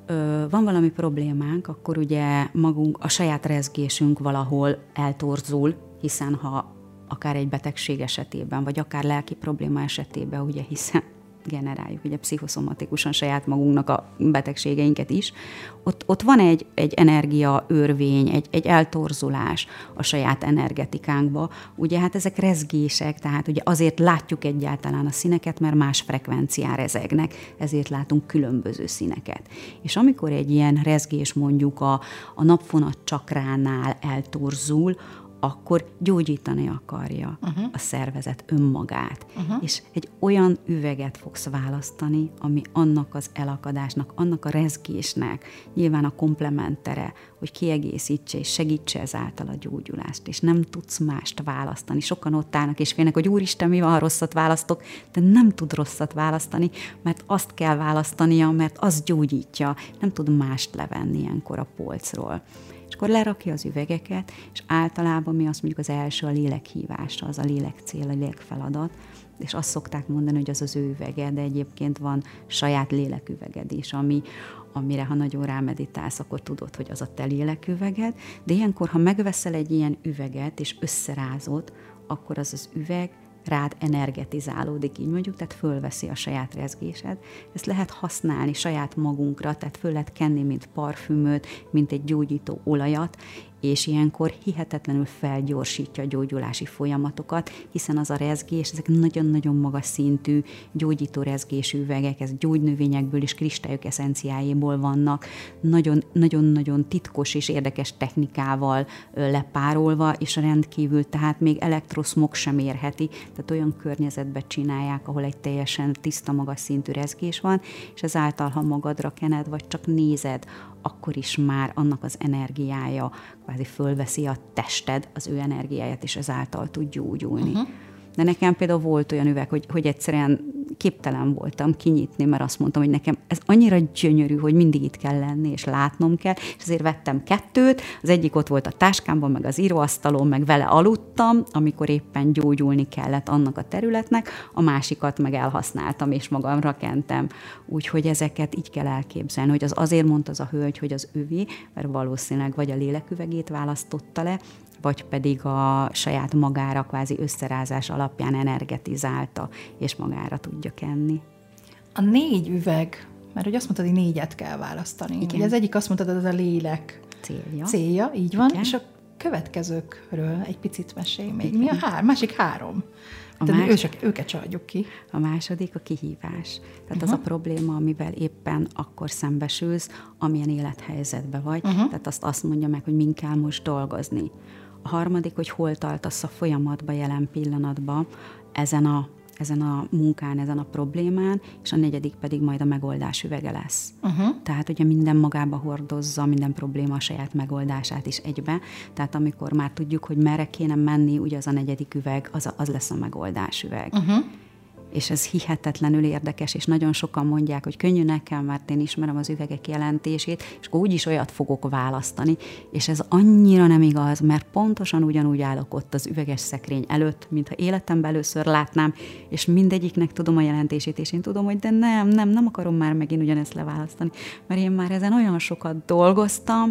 S2: van valami problémánk, akkor ugye magunk, a saját rezgésünk valahol eltorzul, hiszen ha akár egy betegség esetében, vagy akár lelki probléma esetében, ugye hiszen generáljuk ugye pszichoszomatikusan saját magunknak a betegségeinket is, ott, ott van egy, egy energia örvény, egy, egy eltorzulás a saját energetikánkba. Ugye hát ezek rezgések, tehát ugye azért látjuk egyáltalán a színeket, mert más frekvencián rezegnek, ezért látunk különböző színeket. És amikor egy ilyen rezgés mondjuk a, a napfonat csakránál eltorzul, akkor gyógyítani akarja uh-huh. a szervezet önmagát. Uh-huh. És egy olyan üveget fogsz választani, ami annak az elakadásnak, annak a rezgésnek, nyilván a komplementere, hogy kiegészítse és segítse ezáltal a gyógyulást, és nem tudsz mást választani. Sokan ott állnak és félnek, hogy úristen, mi van, ha rosszat választok, de nem tud rosszat választani, mert azt kell választania, mert az gyógyítja, nem tud mást levenni ilyenkor a polcról. És akkor lerakja az üvegeket, és általában mi azt mondjuk az első a lélekhívásra, az a lélek cél, a lélek feladat, és azt szokták mondani, hogy az az ő üvege, de egyébként van saját léleküveged is, ami, amire ha nagyon rámeditálsz, akkor tudod, hogy az a te léleküveged, de ilyenkor, ha megveszel egy ilyen üveget, és összerázod, akkor az az üveg rád energetizálódik, így mondjuk, tehát fölveszi a saját rezgésed. Ezt lehet használni saját magunkra, tehát föl lehet kenni, mint parfümöt, mint egy gyógyító olajat, és ilyenkor hihetetlenül felgyorsítja a gyógyulási folyamatokat, hiszen az a rezgés, ezek nagyon-nagyon magas szintű gyógyító rezgésű üvegek, ez gyógynövényekből és kristályok eszenciájából vannak, nagyon-nagyon titkos és érdekes technikával lepárolva, és rendkívül, tehát még elektroszmog sem érheti, tehát olyan környezetbe csinálják, ahol egy teljesen tiszta, magas szintű rezgés van, és ezáltal, ha magadra kened, vagy csak nézed, akkor is már annak az energiája kvázi fölveszi a tested, az ő energiáját, és ezáltal tud gyógyulni. Uh-huh. De nekem például volt olyan üveg, hogy, hogy egyszerűen képtelen voltam kinyitni, mert azt mondtam, hogy nekem ez annyira gyönyörű, hogy mindig itt kell lenni, és látnom kell, és ezért vettem kettőt, az egyik ott volt a táskámban, meg az íróasztalon, meg vele aludtam, amikor éppen gyógyulni kellett annak a területnek, a másikat meg elhasználtam, és magamra kentem. Úgyhogy ezeket így kell elképzelni, hogy az azért mondta az a hölgy, hogy az övé, mert valószínűleg vagy a léleküvegét választotta le, vagy pedig a saját magára kvázi összerázás alapján energetizálta, és magára tudja kenni.
S1: A négy üveg, mert hogy azt mondtad, hogy négyet kell választani. Ugye az egyik azt mondtad, az a lélek
S2: célja.
S1: Célja, így van. Igen. És a következőkről egy picit mesélj még. Igen. Mi a hár, másik három? A más... ősök, őket csaljuk ki.
S2: A második a kihívás. Tehát uh-huh. az a probléma, amivel éppen akkor szembesülsz, amilyen élethelyzetben vagy. Uh-huh. Tehát azt, azt mondja meg, hogy min kell most dolgozni. A harmadik, hogy hol tartasz a folyamatban, jelen pillanatban, ezen a, ezen a munkán, ezen a problémán, és a negyedik pedig majd a megoldás üvege lesz. Uh-huh. Tehát ugye minden magába hordozza, minden probléma a saját megoldását is egybe. Tehát amikor már tudjuk, hogy merre kéne menni, ugye az a negyedik üveg, az, a, az lesz a megoldás üveg. Uh-huh. És ez hihetetlenül érdekes, és nagyon sokan mondják, hogy könnyű nekem, mert én ismerem az üvegek jelentését, és akkor úgyis olyat fogok választani, és ez annyira nem igaz, mert pontosan ugyanúgy állok ott az üveges szekrény előtt, mintha életemben először látnám, és mindegyiknek tudom a jelentését, és én tudom, hogy de nem, nem, nem akarom már megint ugyanezt leválasztani, mert én már ezen olyan sokat dolgoztam,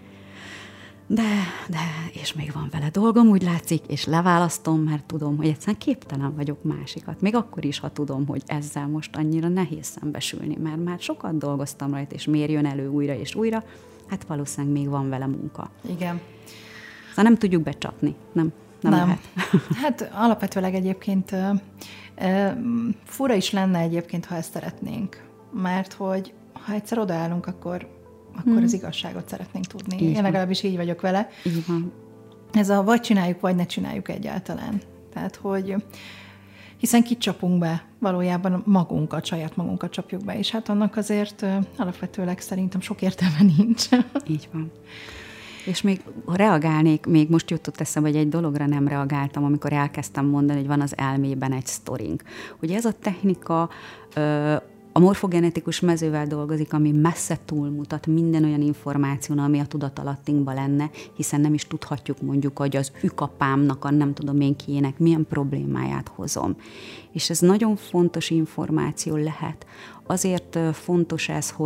S2: De, de, és még van vele dolgom, úgy látszik, és leválasztom, mert tudom, hogy egyszerűen képtelen vagyok másikat. Még akkor is, ha tudom, hogy ezzel most annyira nehéz szembesülni, mert már sokat dolgoztam rajta, és miért jön elő újra és újra, hát valószínűleg még van vele munka.
S1: Igen.
S2: Szóval nem tudjuk becsapni, nem, nem, nem. lehet.
S1: Hát alapvetőleg egyébként uh, uh, fura is lenne egyébként, ha ezt szeretnénk, mert hogy ha egyszer odaállunk, akkor akkor hmm. az igazságot szeretnénk tudni. Így Én van. legalábbis így vagyok vele.
S2: Így van.
S1: Ez a vagy csináljuk, vagy ne csináljuk egyáltalán. Tehát, hogy hiszen kit csapunk be, valójában magunkat, saját magunkat csapjuk be, és hát annak azért alapvetőleg szerintem sok értelme nincs.
S2: Így van. És még reagálnék, még most jutott eszembe, hogy egy dologra nem reagáltam, amikor elkezdtem mondani, hogy van az elmében egy sztorink. Ugye ez a technika ö, a morfogenetikus mezővel dolgozik, ami messze túlmutat minden olyan információn, ami a tudatalattinkban lenne, hiszen nem is tudhatjuk mondjuk, hogy az ükapámnak, a nem tudom én kiének milyen problémáját hozom. És ez nagyon fontos információ lehet. Azért fontos ez, hogy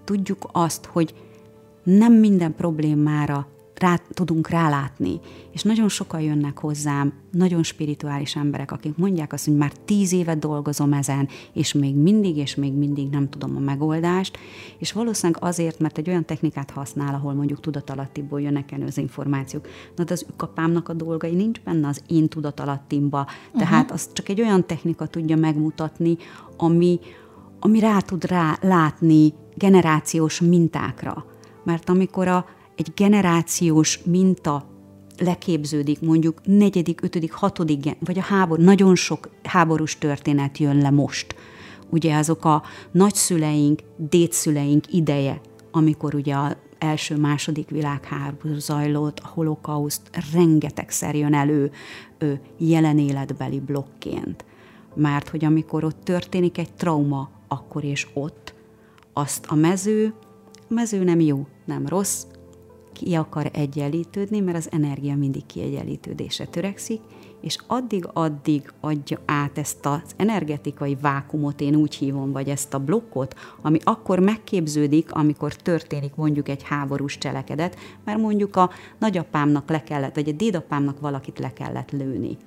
S2: tudjuk azt, hogy nem minden problémára rá, tudunk rálátni. És nagyon sokan jönnek hozzám, nagyon spirituális emberek, akik mondják azt, hogy már tíz évet dolgozom ezen, és még mindig, és még mindig nem tudom a megoldást. És valószínűleg azért, mert egy olyan technikát használ, ahol mondjuk tudatalattiból jönnek elő az információk. Na, de az ükapámnak a dolgai nincs benne az én tudatalattimba. Tehát uh-huh. az csak egy olyan technika tudja megmutatni, ami, ami rá tud rá látni generációs mintákra. Mert amikor a egy generációs minta leképződik, mondjuk negyedik, ötödik, hatodik, vagy a háború, nagyon sok háborús történet jön le most. Ugye azok a nagyszüleink, dédszüleink ideje, amikor ugye az első, második világháború zajlott, a holokauszt rengetegszer jön elő ő, jelen életbeli blokként. Mert hogy amikor ott történik egy trauma, akkor és ott, azt a mező, a mező nem jó, nem rossz, ki akar egyenlítődni, mert az energia mindig kiegyenlítődésre törekszik, és addig-addig adja át ezt az energetikai vákumot, én úgy hívom, vagy ezt a blokkot, ami akkor megképződik, amikor történik mondjuk egy háborús cselekedet, mert mondjuk a nagyapámnak le kellett, vagy a dédapámnak valakit le kellett lőni.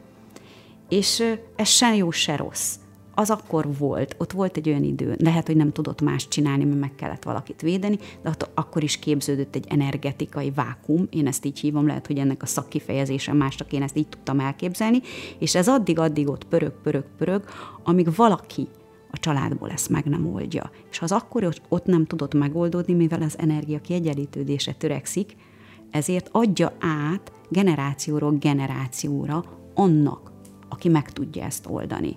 S2: És ez se jó, se rossz. Az akkor volt, ott volt egy olyan idő, lehet, hogy nem tudott más csinálni, mert meg kellett valakit védeni, de ott akkor is képződött egy energetikai vákum, én ezt így hívom, lehet, hogy ennek a szakkifejezése más, csak én ezt így tudtam elképzelni, és ez addig-addig ott pörög, pörög, pörög, amíg valaki a családból ezt meg nem oldja. És ha az akkor ott nem tudott megoldódni, mivel az energia kiegyenlítődésre törekszik, ezért adja át generációról generációra annak, aki meg tudja ezt oldani.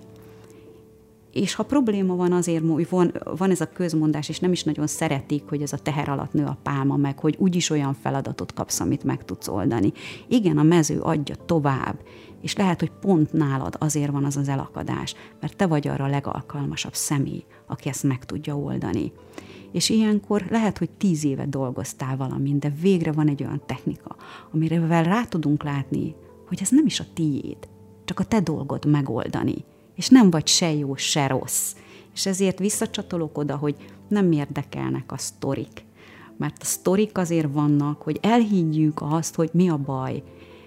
S2: És ha probléma van azért, hogy van, van ez a közmondás, és nem is nagyon szeretik, hogy ez a teher alatt nő a pálma meg, hogy úgyis olyan feladatot kapsz, amit meg tudsz oldani. Igen, a mező adja tovább, és lehet, hogy pont nálad azért van az az elakadás, mert te vagy arra a legalkalmasabb személy, aki ezt meg tudja oldani. És ilyenkor lehet, hogy tíz éve dolgoztál valamin, de végre van egy olyan technika, amivel rá tudunk látni, hogy ez nem is a tiéd, csak a te dolgod megoldani. És nem vagy se jó, se rossz. És ezért visszacsatolok oda, hogy nem érdekelnek a sztorik. Mert a sztorik azért vannak, hogy elhiggyük azt, hogy mi a baj.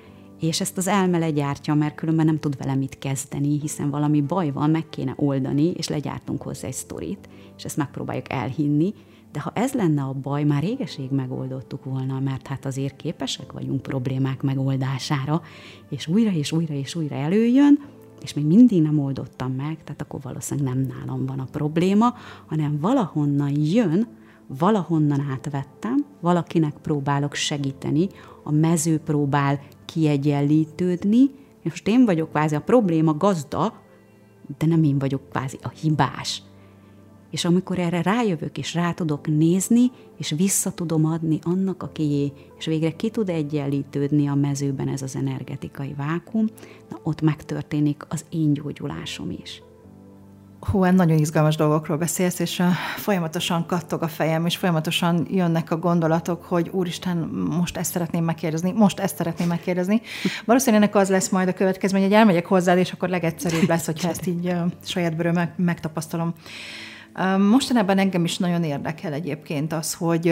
S2: És ezt az elme legyártja, mert különben nem tud vele mit kezdeni, hiszen valami baj van, meg kéne oldani, és legyártunk hozzá egy sztorit, és ezt megpróbáljuk elhinni. De ha ez lenne a baj, már régeség megoldottuk volna, mert hát azért képesek vagyunk problémák megoldására, és újra és újra és újra előjön, és még mindig nem oldottam meg, tehát akkor valószínűleg nem nálam van a probléma, hanem valahonnan jön, valahonnan átvettem, valakinek próbálok segíteni, a mező próbál kiegyenlítődni, és most én vagyok kvázi a probléma gazda, de nem én vagyok kvázi a hibás. És amikor erre rájövök, és rá tudok nézni, és vissza tudom adni annak, akié, és végre ki tud egyenlítődni a mezőben ez az energetikai vákum, na ott megtörténik az én gyógyulásom is.
S1: Hú, nagyon izgalmas dolgokról beszélsz, és uh, folyamatosan kattog a fejem, és folyamatosan jönnek a gondolatok, hogy úristen, most ezt szeretném megkérdezni, most ezt szeretném megkérdezni. Valószínűleg ennek az lesz majd a következmény, hogy elmegyek hozzád, és akkor legegyszerűbb lesz, hogyha ezt így uh, saját bőröm meg, megtapasztalom. Uh, mostanában engem is nagyon érdekel egyébként az, hogy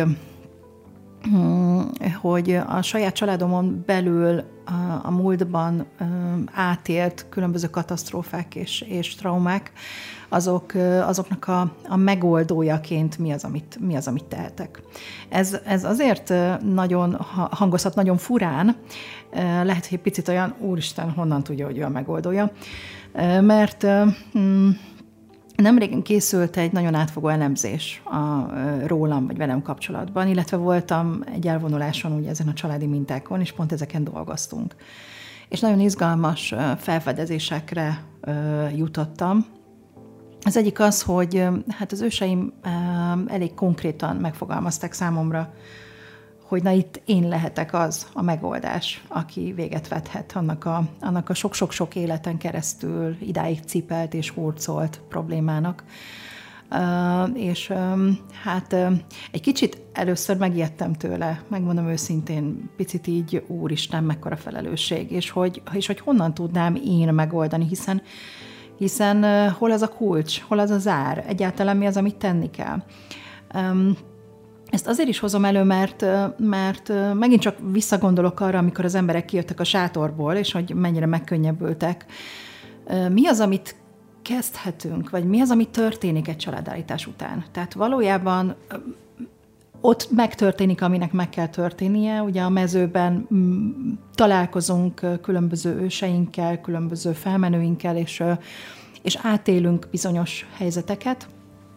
S1: hogy a saját családomon belül a múltban átélt különböző katasztrófák és, és traumák, azok, azoknak a, a megoldójaként mi az, amit, mi az, amit tehetek. Ez, ez azért nagyon hangozhat, nagyon furán, lehet, hogy egy picit olyan, úristen, honnan tudja, hogy ő a megoldója, mert nemrégen készült egy nagyon átfogó elemzés a, rólam, vagy velem kapcsolatban, illetve voltam egy elvonuláson ugye ezen a családi mintákon, és pont ezeken dolgoztunk. És nagyon izgalmas felfedezésekre jutottam. Az egyik az, hogy hát az őseim elég konkrétan megfogalmazták számomra, hogy na itt én lehetek az a megoldás, aki véget vethet annak a, annak a sok-sok-sok életen keresztül idáig cipelt és hurcolt problémának. Uh, és um, hát um, egy kicsit először megijedtem tőle, megmondom őszintén, picit így, úristen, mekkora felelősség, és hogy, és hogy honnan tudnám én megoldani, hiszen, hiszen uh, hol az a kulcs, hol az a zár, egyáltalán mi az, amit tenni kell. Um, Ezt azért is hozom elő, mert, mert megint csak visszagondolok arra, amikor az emberek kijöttek a sátorból, és hogy mennyire megkönnyebbültek. Mi az, amit kezdhetünk, vagy mi az, ami történik egy családállítás után? Tehát valójában ott megtörténik, aminek meg kell történnie. Ugye a mezőben találkozunk különböző őseinkkel, különböző felmenőinkkel, és, és átélünk bizonyos helyzeteket.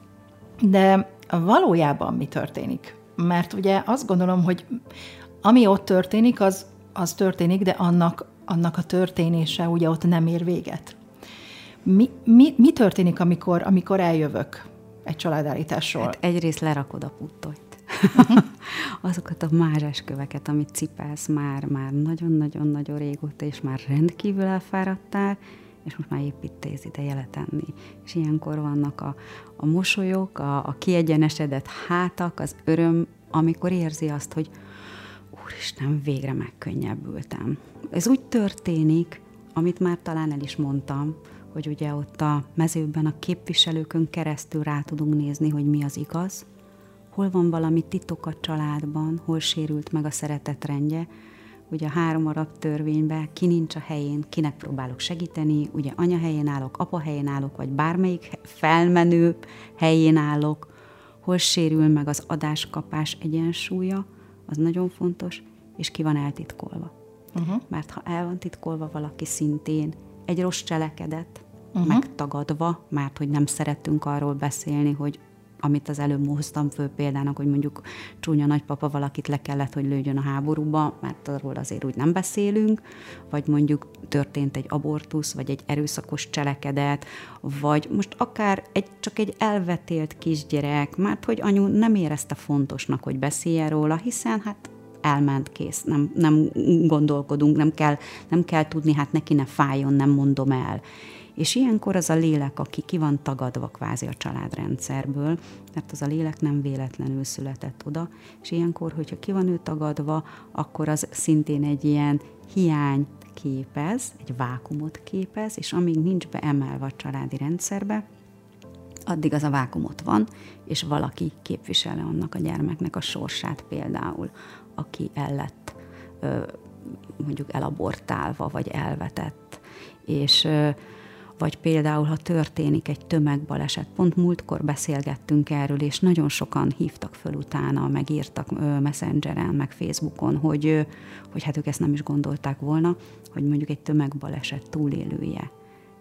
S1: De valójában mi történik? Mert ugye azt gondolom, hogy ami ott történik, az, az történik, de annak, annak a történése ugye ott nem ér véget. Mi, mi, mi történik, amikor, amikor eljövök egy családállításról?
S2: Hát egyrészt lerakod a puttolyt. Uh-huh. Azokat a mázsásköveket, amit cipelsz már, már nagyon-nagyon-nagyon régóta, és már rendkívül elfáradtál, és most már épp itt az ideje letenni. És ilyenkor vannak a, a mosolyok, a, a kiegyenesedett hátak, az öröm, amikor érzi azt, hogy úristen, végre megkönnyebbültem. Ez úgy történik, amit már talán el is mondtam, hogy ugye ott a mezőben a képviselőkön keresztül rá tudunk nézni, hogy mi az igaz, hol van valami titok a családban, hol sérült meg a szeretet rendje. Ugye a három arab törvényben ki nincs a helyén, kinek próbálok segíteni, ugye anya helyén állok, apa helyén állok, vagy bármelyik felmenő helyén állok, hol sérül meg az adás-kapás egyensúlya, az nagyon fontos, és ki van eltitkolva. Uh-huh. Mert ha el van titkolva valaki szintén, egy rossz cselekedet, uh-huh. megtagadva, mert hogy nem szeretünk arról beszélni, hogy amit az előbb hoztam föl példának, hogy mondjuk csúnya nagypapa valakit le kellett, hogy lőjön a háborúba, mert arról azért úgy nem beszélünk, vagy mondjuk történt egy abortusz, vagy egy erőszakos cselekedet, vagy most akár egy, csak egy elvetélt kisgyerek, mert hogy anyu nem érezte fontosnak, hogy beszéljen róla, hiszen hát elment, kész, nem, nem gondolkodunk, nem kell, nem kell tudni, hát neki ne fájjon, nem mondom el. És ilyenkor az a lélek, aki ki van tagadva kvázi a családrendszerből, mert az a lélek nem véletlenül született oda, és ilyenkor, hogyha ki van ő tagadva, akkor az szintén egy ilyen hiány képez, egy vákumot képez, és amíg nincs beemelve a családi rendszerbe, addig az a vákum ott van, és valaki képviseli annak a gyermeknek a sorsát például, aki el lett mondjuk elabortálva, vagy elvetett. És vagy például, ha történik egy tömegbaleset, pont múltkor beszélgettünk erről, és nagyon sokan hívtak föl utána, meg írtak Messengeren, meg Facebookon, hogy, hogy hát ők ezt nem is gondolták volna, hogy mondjuk egy tömegbaleset túlélője,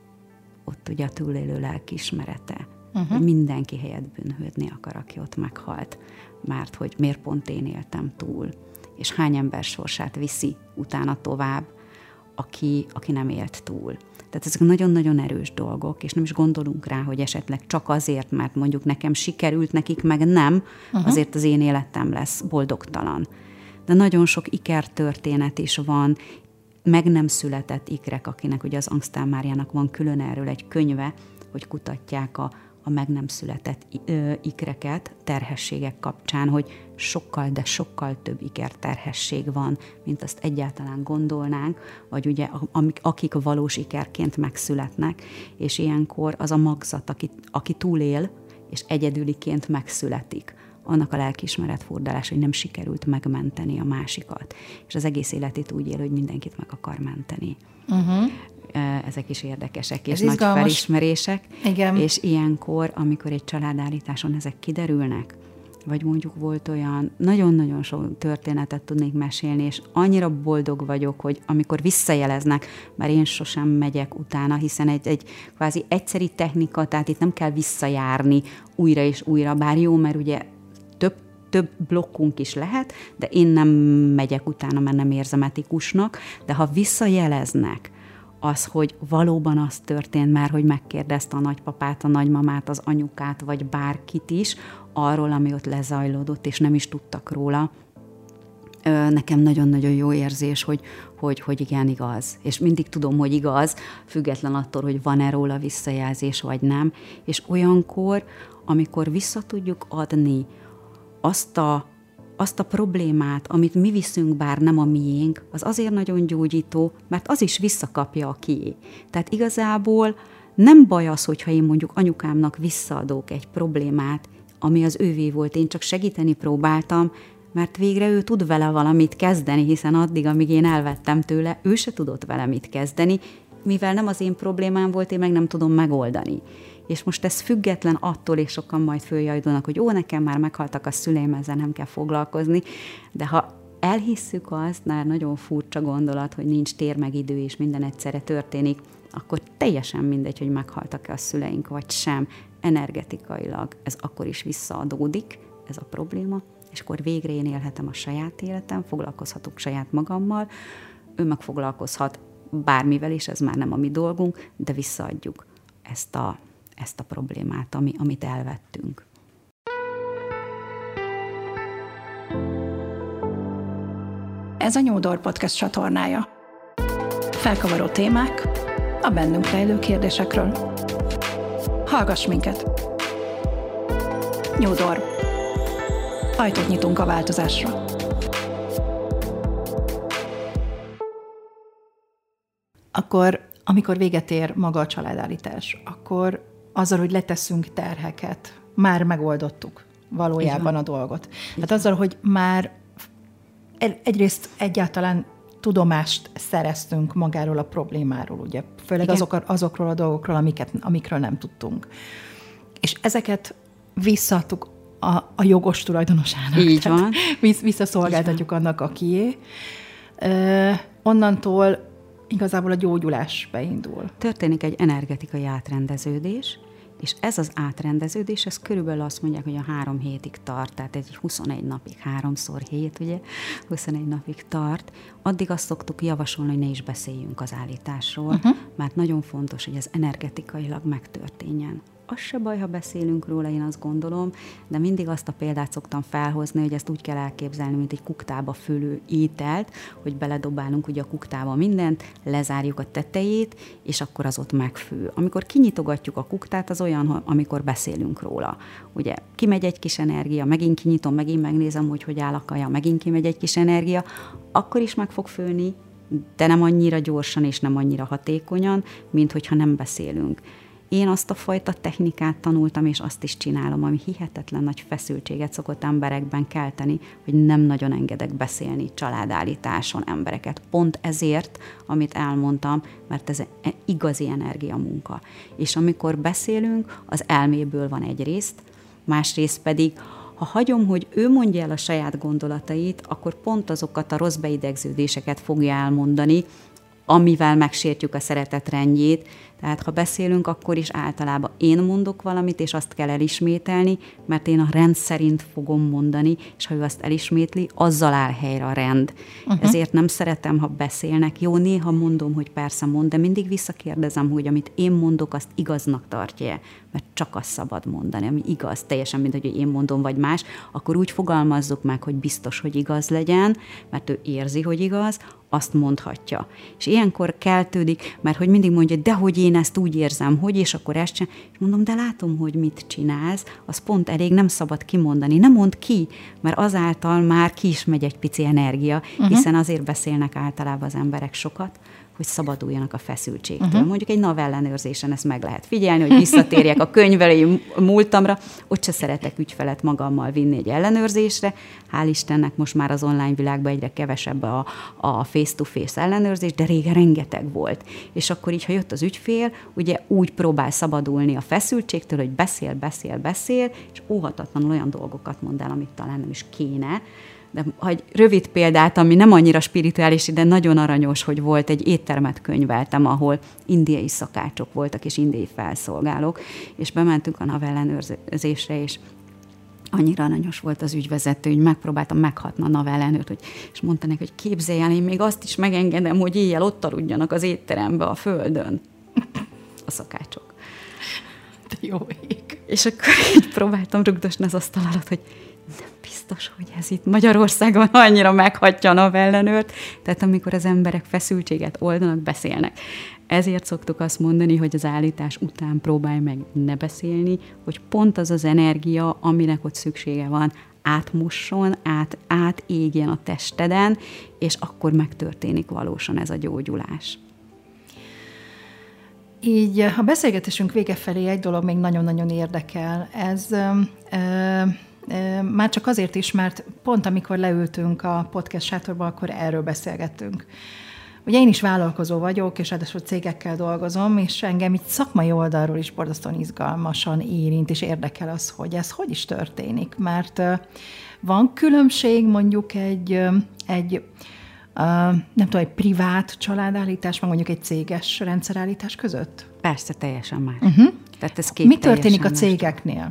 S2: ott ugye a túlélő lelkiismerete, uh-huh. hogy mindenki helyett bűnhődni akar, aki ott meghalt, mert hogy miért pont én éltem túl, és hány ember sorsát viszi utána tovább, aki, aki nem élt túl. Tehát ezek nagyon-nagyon erős dolgok, és nem is gondolunk rá, hogy esetleg csak azért, mert mondjuk nekem sikerült, nekik meg nem, uh-huh. azért az én életem lesz boldogtalan. De nagyon sok ikertörténet is van, meg nem született ikrek, akinek ugye az Angstál Máriának van külön erről egy könyve, hogy kutatják a, a meg nem született ikreket terhességek kapcsán, hogy sokkal, de sokkal több ikerterhesség van, mint azt egyáltalán gondolnánk, vagy ugye amik, akik valós ikerként megszületnek, és ilyenkor az a magzat, aki, aki túlél, és egyedüliként megszületik, annak a lelkiismeret furdalás, hogy nem sikerült megmenteni a másikat. És az egész életét úgy él, hogy mindenkit meg akar menteni. Uh-huh. Ezek is érdekesek, és Ez nagy izgalmas. Felismerések.
S1: Igen.
S2: És ilyenkor, amikor egy családállításon ezek kiderülnek, vagy mondjuk volt olyan, nagyon-nagyon sok történetet tudnék mesélni, és annyira boldog vagyok, hogy amikor visszajeleznek, mert én sosem megyek utána, hiszen egy, egy kvázi egyszeri technika, tehát itt nem kell visszajárni újra és újra, bár jó, mert ugye több, több blokkunk is lehet, de én nem megyek utána, mert nem érzem etikusnak, de ha visszajeleznek, az, hogy valóban az történt már, hogy megkérdezte a nagypapát, a nagymamát, az anyukát, vagy bárkit is arról, ami ott lezajlódott, és nem is tudtak róla. Nekem nagyon-nagyon jó érzés, hogy, hogy, hogy igen, igaz. És mindig tudom, hogy igaz, független attól, hogy van-e róla visszajelzés, vagy nem. És olyankor, amikor vissza tudjuk adni azt a azt a problémát, amit mi viszünk, bár nem a miénk, az azért nagyon gyógyító, mert az is visszakapja a kié. Tehát igazából nem baj az, hogyha én mondjuk anyukámnak visszaadok egy problémát, ami az ővé volt. Én csak segíteni próbáltam, mert végre ő tud vele valamit kezdeni, hiszen addig, amíg én elvettem tőle, ő se tudott vele mit kezdeni, mivel nem az én problémám volt, én meg nem tudom megoldani. És most ez független attól, és sokan majd följajdulnak, hogy ó, nekem már meghaltak a szüleim, ezzel nem kell foglalkozni, de ha elhisszük azt, már nagyon furcsa gondolat, hogy nincs tér meg idő, és minden egyszerre történik, akkor teljesen mindegy, hogy meghaltak-e a szüleink, vagy sem, energetikailag ez akkor is visszaadódik, ez a probléma, és akkor végre én élhetem a saját életem, foglalkozhatok saját magammal, ő meg foglalkozhat bármivel is, ez már nem a mi dolgunk, de visszaadjuk ezt a, ezt a problémát, ami, amit elvettünk.
S1: Ez a New Door Podcast csatornája. Felkavaró témák a bennünk rejlő kérdésekről. Hallgass minket! New Door. Ajtót nyitunk a változásra. Akkor, amikor véget ér maga a családállítás, akkor azzal, hogy letesszünk terheket, már megoldottuk valójában a dolgot. Hát azzal, hogy már egyrészt egyáltalán tudomást szereztünk magáról a problémáról, ugye, főleg azok, azokról a dolgokról, amiket, amikről nem tudtunk. És ezeket visszaadtuk a, a jogos tulajdonosának.
S2: Így van.
S1: Visszaszolgáltatjuk annak, akié. Uh, onnantól igazából a gyógyulás beindul.
S2: Történik egy energetikai átrendeződés, és ez az átrendeződés, ez körülbelül azt mondják, hogy a három hétig tart, tehát egy huszonegy napig, háromszor hét, ugye, huszonegy napig tart. Addig azt szoktuk javasolni, hogy ne is beszéljünk az állításról, uh-huh. mert nagyon fontos, hogy ez energetikailag megtörténjen. Az se baj, ha beszélünk róla, én azt gondolom, de mindig azt a példát szoktam felhozni, hogy ezt úgy kell elképzelni, mint egy kuktába fülő ételt, hogy beledobálunk ugye a kuktába mindent, lezárjuk a tetejét, és akkor az ott megfő. Amikor kinyitogatjuk a kuktát, az olyan, amikor beszélünk róla. Ugye kimegy egy kis energia, megint kinyitom, megint megnézem, hogy hogy áll a kaja, megint kimegy egy kis energia, akkor is meg fog főni, de nem annyira gyorsan és nem annyira hatékonyan, mint hogyha nem beszélünk. Én azt a fajta technikát tanultam, és azt is csinálom, ami hihetetlen nagy feszültséget szokott emberekben kelteni, hogy nem nagyon engedek beszélni családállításon embereket. Pont ezért, amit elmondtam, mert ez igazi energiamunka. És amikor beszélünk, az elméből van egyrészt, másrészt pedig, ha hagyom, hogy ő mondja el a saját gondolatait, akkor pont azokat a rossz beidegződéseket fogja elmondani, amivel megsértjük a szeretet rendjét. Tehát ha beszélünk, akkor is általában én mondok valamit, és azt kell elismételni, mert én a rend szerint fogom mondani, és ha ő azt elismétli, azzal áll helyre a rend. Uh-huh. Ezért nem szeretem, ha beszélnek. Jó, néha mondom, hogy persze mond, de mindig visszakérdezem, hogy amit én mondok, azt igaznak tartja, mert csak azt szabad mondani, ami igaz, teljesen mindegy, hogy én mondom, vagy más, akkor úgy fogalmazzuk meg, hogy biztos, hogy igaz legyen, mert ő érzi, hogy igaz, azt mondhatja. És ilyenkor keltődik, mert hogy mindig mondja, de hogy én ezt úgy érzem, hogy, és akkor ezt csinál, és mondom, de látom, hogy mit csinálsz, az pont elég, nem szabad kimondani. Nem mondd ki, mert azáltal már ki is megy egy pici energia, uh-huh. hiszen azért beszélnek általában az emberek sokat, hogy szabaduljanak a feszültségtől. Uh-huh. Mondjuk egy navellenőrzésen ezt meg lehet figyelni, hogy visszatérjek a könyvelői múltamra, ott se szeretek ügyfelet magammal vinni egy ellenőrzésre. Hál' Istennek most már az online világban egyre kevesebb a, a face-to-face ellenőrzés, de régen rengeteg volt. És akkor így, ha jött az ügyfél, ugye úgy próbál szabadulni a feszültségtől, hogy beszél, beszél, beszél, és óhatatlanul olyan dolgokat mond el, amit talán nem is kéne. De egy rövid példát, ami nem annyira spirituális, de nagyon aranyos, hogy volt, egy éttermet könyveltem, ahol indiai szakácsok voltak, és indiai felszolgálók, és bementünk a navellenőrzésre, és annyira aranyos volt az ügyvezető, hogy megpróbáltam meghatni a navellenőrt, hogy, és mondta neki, hogy képzelj el, én még azt is megengedem, hogy éjjel ott aludjanak az étterembe a földön. A szakácsok.
S1: De jó ég.
S2: És akkor így próbáltam rugdosni az asztal alatt, hogy nem biztos, hogy ez itt Magyarországon annyira meghatja a navellenőrt, tehát amikor az emberek feszültséget oldanak, beszélnek. Ezért szoktuk azt mondani, hogy az állítás után próbálj meg ne beszélni, hogy pont az az energia, aminek ott szüksége van, átmosson, át, átégjen a testeden, és akkor megtörténik valósan ez a gyógyulás.
S1: Így a beszélgetésünk vége felé egy dolog még nagyon-nagyon érdekel. Ez ö, ö, már csak azért is, mert pont amikor leültünk a podcast sátorba, akkor erről beszélgettünk. Ugye én is vállalkozó vagyok, és ráadásul cégekkel dolgozom, és engem így szakmai oldalról is borzasztóan izgalmasan érint, és érdekel az, hogy ez hogy is történik. Mert ö, van különbség mondjuk egy, egy Uh, nem tudom, egy privát családállítás, meg mondjuk egy céges rendszerállítás között?
S2: Persze, teljesen más.
S1: Uh-huh.
S2: Tehát ez két
S1: Mi történik a
S2: más.
S1: cégeknél?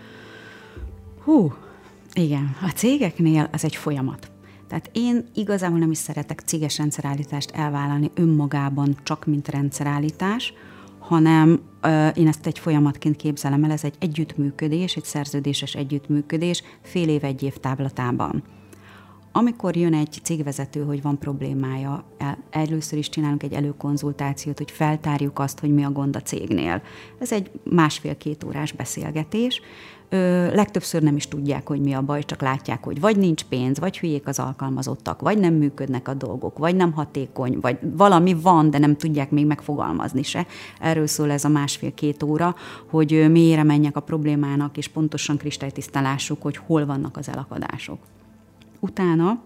S2: Hú, igen. A cégeknél az egy folyamat. Tehát én igazából nem is szeretek céges rendszerállítást elvállalni önmagában csak mint rendszerállítás, hanem uh, én ezt egy folyamatként képzelem el, ez egy együttműködés, egy szerződéses együttműködés fél év, egy év távlatában. Amikor jön egy cégvezető, hogy van problémája, el, először is csinálunk egy előkonzultációt, hogy feltárjuk azt, hogy mi a gond a cégnél. Ez egy másfél-két órás beszélgetés. Ö, legtöbbször nem is tudják, hogy mi a baj, csak látják, hogy vagy nincs pénz, vagy hülyék az alkalmazottak, vagy nem működnek a dolgok, vagy nem hatékony, vagy valami van, de nem tudják még megfogalmazni se. Erről szól ez a másfél-két óra, hogy mélyre menjek a problémának, és pontosan kristálytisztán lássuk, hogy hol vannak az elakadások. Utána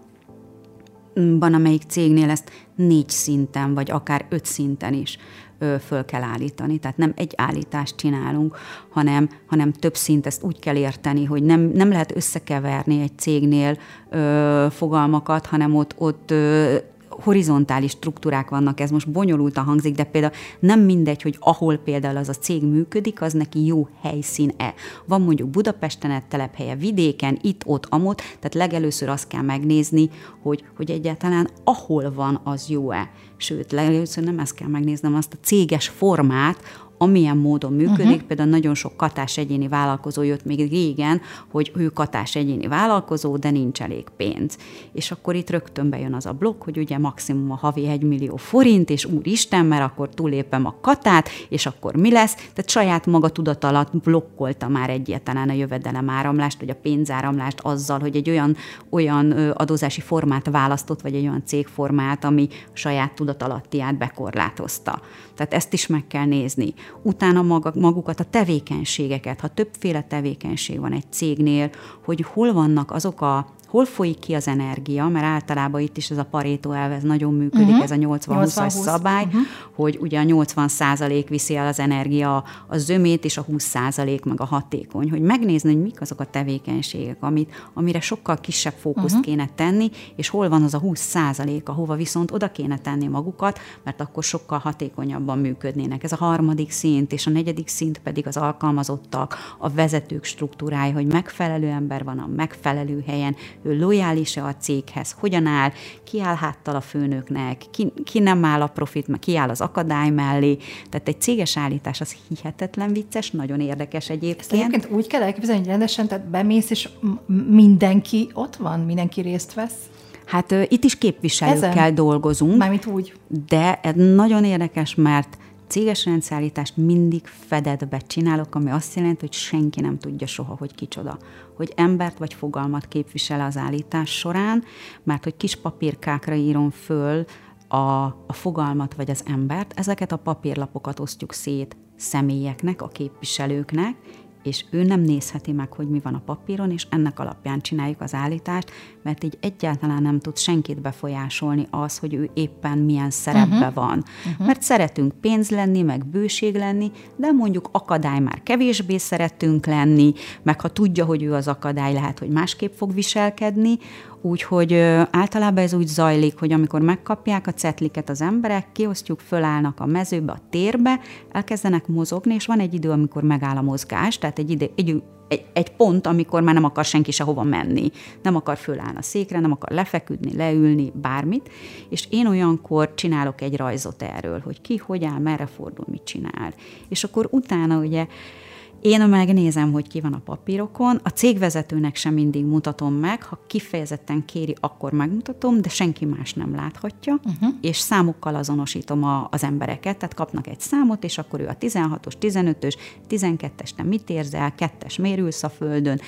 S2: van, amelyik cégnél ezt négy szinten, vagy akár öt szinten is ö, föl kell állítani. Tehát nem egy állítást csinálunk, hanem, hanem több szint, ezt úgy kell érteni, hogy nem, nem lehet összekeverni egy cégnél ö, fogalmakat, hanem ott, ott ö, horizontális struktúrák vannak, ez most bonyolultan hangzik, de például nem mindegy, hogy ahol például az a cég működik, az neki jó helyszín-e. Van mondjuk Budapesten egy telephelye, vidéken, itt, ott, amott, tehát legelőször azt kell megnézni, hogy, hogy egyáltalán ahol van, az jó-e. Sőt, legelőször nem ezt kell megnéznem, azt a céges formát, amilyen módon működik, uh-huh. például nagyon sok katás egyéni vállalkozó jött még régen, hogy ő katás egyéni vállalkozó, de nincs elég pénz. És akkor itt rögtön bejön az a blokk, hogy ugye maximum a havi egy millió forint, és úristen, mert akkor túlépem a katát, és akkor mi lesz? Tehát saját maga tudat alatt blokkolta már egyáltalán a jövedelem áramlást, vagy a pénzáramlást azzal, hogy egy olyan, olyan adózási formát választott, vagy egy olyan cégformát, ami saját tudat alattiát bekorlátozta. Tehát ezt is meg kell nézni. Utána maga, magukat, a tevékenységeket, ha többféle tevékenység van egy cégnél, hogy hol vannak azok a, hol folyik ki az energia, mert általában itt is ez a Pareto elv, ez nagyon működik, uh-huh. ez a nyolcvan-húszas szabály, uh-huh. hogy ugye a nyolcvan százalék viszi el az energia a zömét, és a húsz százalék meg a hatékony. Hogy megnézni, hogy mik azok a tevékenységek, amit, amire sokkal kisebb fókuszt uh-huh. kéne tenni, és hol van az a húsz százalék, ahova viszont oda kéne tenni magukat, mert akkor sokkal hatékonyabban működnének. Ez a harmadik szint, és a negyedik szint pedig az alkalmazottak, a vezetők struktúrája, hogy megfelelő ember van a megfelelő helyen, ő lojális-e a céghez, hogyan áll, ki áll háttal a főnöknek, ki, ki nem áll a profit, ki áll az akadály mellé. Tehát egy céges állítás az hihetetlen vicces, nagyon érdekes egyébként.
S1: Ezt egyébként úgy kell elképzelni, hogy rendesen, tehát bemész, és mindenki ott van, mindenki részt vesz?
S2: Hát uh, itt is képviselőkkel Ezen? dolgozunk.
S1: Mármint úgy.
S2: De ez nagyon érdekes, mert céges rendszerállítást mindig fedetbe csinálok, ami azt jelenti, hogy senki nem tudja soha, hogy kicsoda. Hogy embert vagy fogalmat képvisel az állítás során, mert hogy kis papírkákra írom föl a, a fogalmat vagy az embert, ezeket a papírlapokat osztjuk szét személyeknek, a képviselőknek, és ő nem nézheti meg, hogy mi van a papíron, és ennek alapján csináljuk az állítást, mert így egyáltalán nem tud senkit befolyásolni az, hogy ő éppen milyen szerepben uh-huh. van. Uh-huh. Mert szeretünk pénz lenni, meg bőség lenni, de mondjuk akadály már kevésbé szeretünk lenni, meg ha tudja, hogy ő az akadály, lehet, hogy másképp fog viselkedni, úgyhogy általában ez úgy zajlik, hogy amikor megkapják a cetliket az emberek, kiosztjuk, fölállnak a mezőbe, a térbe, elkezdenek mozogni, és van egy idő, amikor megáll a mozgás, tehát egy, ide, egy, egy, egy pont, amikor már nem akar senki sehova menni, nem akar fölállni a székre, nem akar lefeküdni, leülni, bármit, és én olyankor csinálok egy rajzot erről, hogy ki, hogy áll, merre fordul, mit csinál. És akkor utána ugye én megnézem, hogy ki van a papírokon, a cégvezetőnek sem mindig mutatom meg, ha kifejezetten kéri, akkor megmutatom, de senki más nem láthatja, uh-huh. és számokkal azonosítom a, az embereket, tehát kapnak egy számot, és akkor ő a tizenhatos, tizenötös, tizenkettes, te mit érzel, kettes, miért ülsz a földön,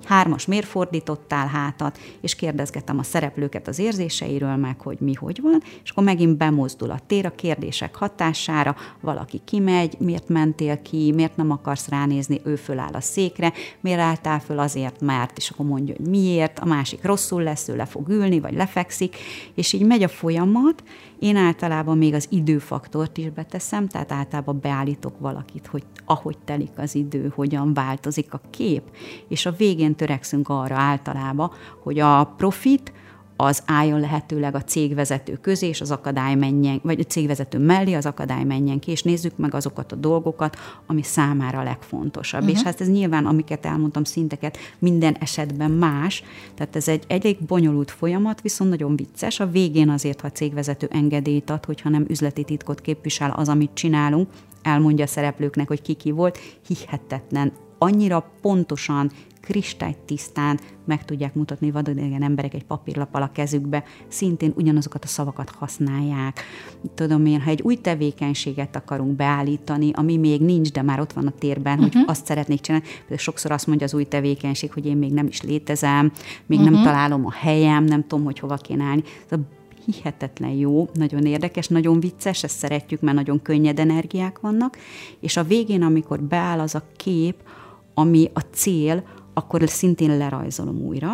S2: Hármas, miért fordítottál hátat, és kérdezgetem a szereplőket az érzéseiről, meg hogy mi hogy van, és akkor megint bemozdul a tér a kérdések hatására, valaki kimegy, miért mentél ki, miért nem akarsz ránézni, ő föláll a székre, miért álltál föl, azért, mert, és akkor mondja, hogy miért, a másik rosszul lesz, ő le fog ülni, vagy lefekszik, és így megy a folyamat. Én általában még az időfaktort is beteszem, tehát általában beállítok valakit, hogy ahogy telik az idő, hogyan változik a kép, és a végén törekszünk arra általában, hogy a profit az álljon lehetőleg a cégvezető közé, és az akadály menjen, vagy a cégvezető mellé az akadály menjen ki, és nézzük meg azokat a dolgokat, ami számára a legfontosabb. Uh-huh. És hát ez nyilván, amiket elmondtam, szinteket minden esetben más, tehát ez egy elég bonyolult folyamat, viszont nagyon vicces. A végén azért, ha a cégvezető engedélyt ad, hogyha nem üzleti titkot képvisel az, amit csinálunk, elmondja a szereplőknek, hogy ki ki volt, hihetetlen, annyira pontosan, kristálytisztán meg tudják mutatni vadidegen emberek egy papírlappal a kezükbe, szintén ugyanazokat a szavakat használják. Tudom én, ha egy új tevékenységet akarunk beállítani, ami még nincs, de már ott van a térben, uh-huh. hogy azt szeretnék csinálni, például sokszor azt mondja az új tevékenység, hogy én még nem is létezem, még uh-huh. nem találom a helyem, nem tudom, hogy hova kéne állni. Hihetetlen jó, nagyon érdekes, nagyon vicces, ezt szeretjük, mert nagyon könnyed energiák vannak, és a végén, amikor beáll az a kép, ami a cél, akkor szintén lerajzolom újra,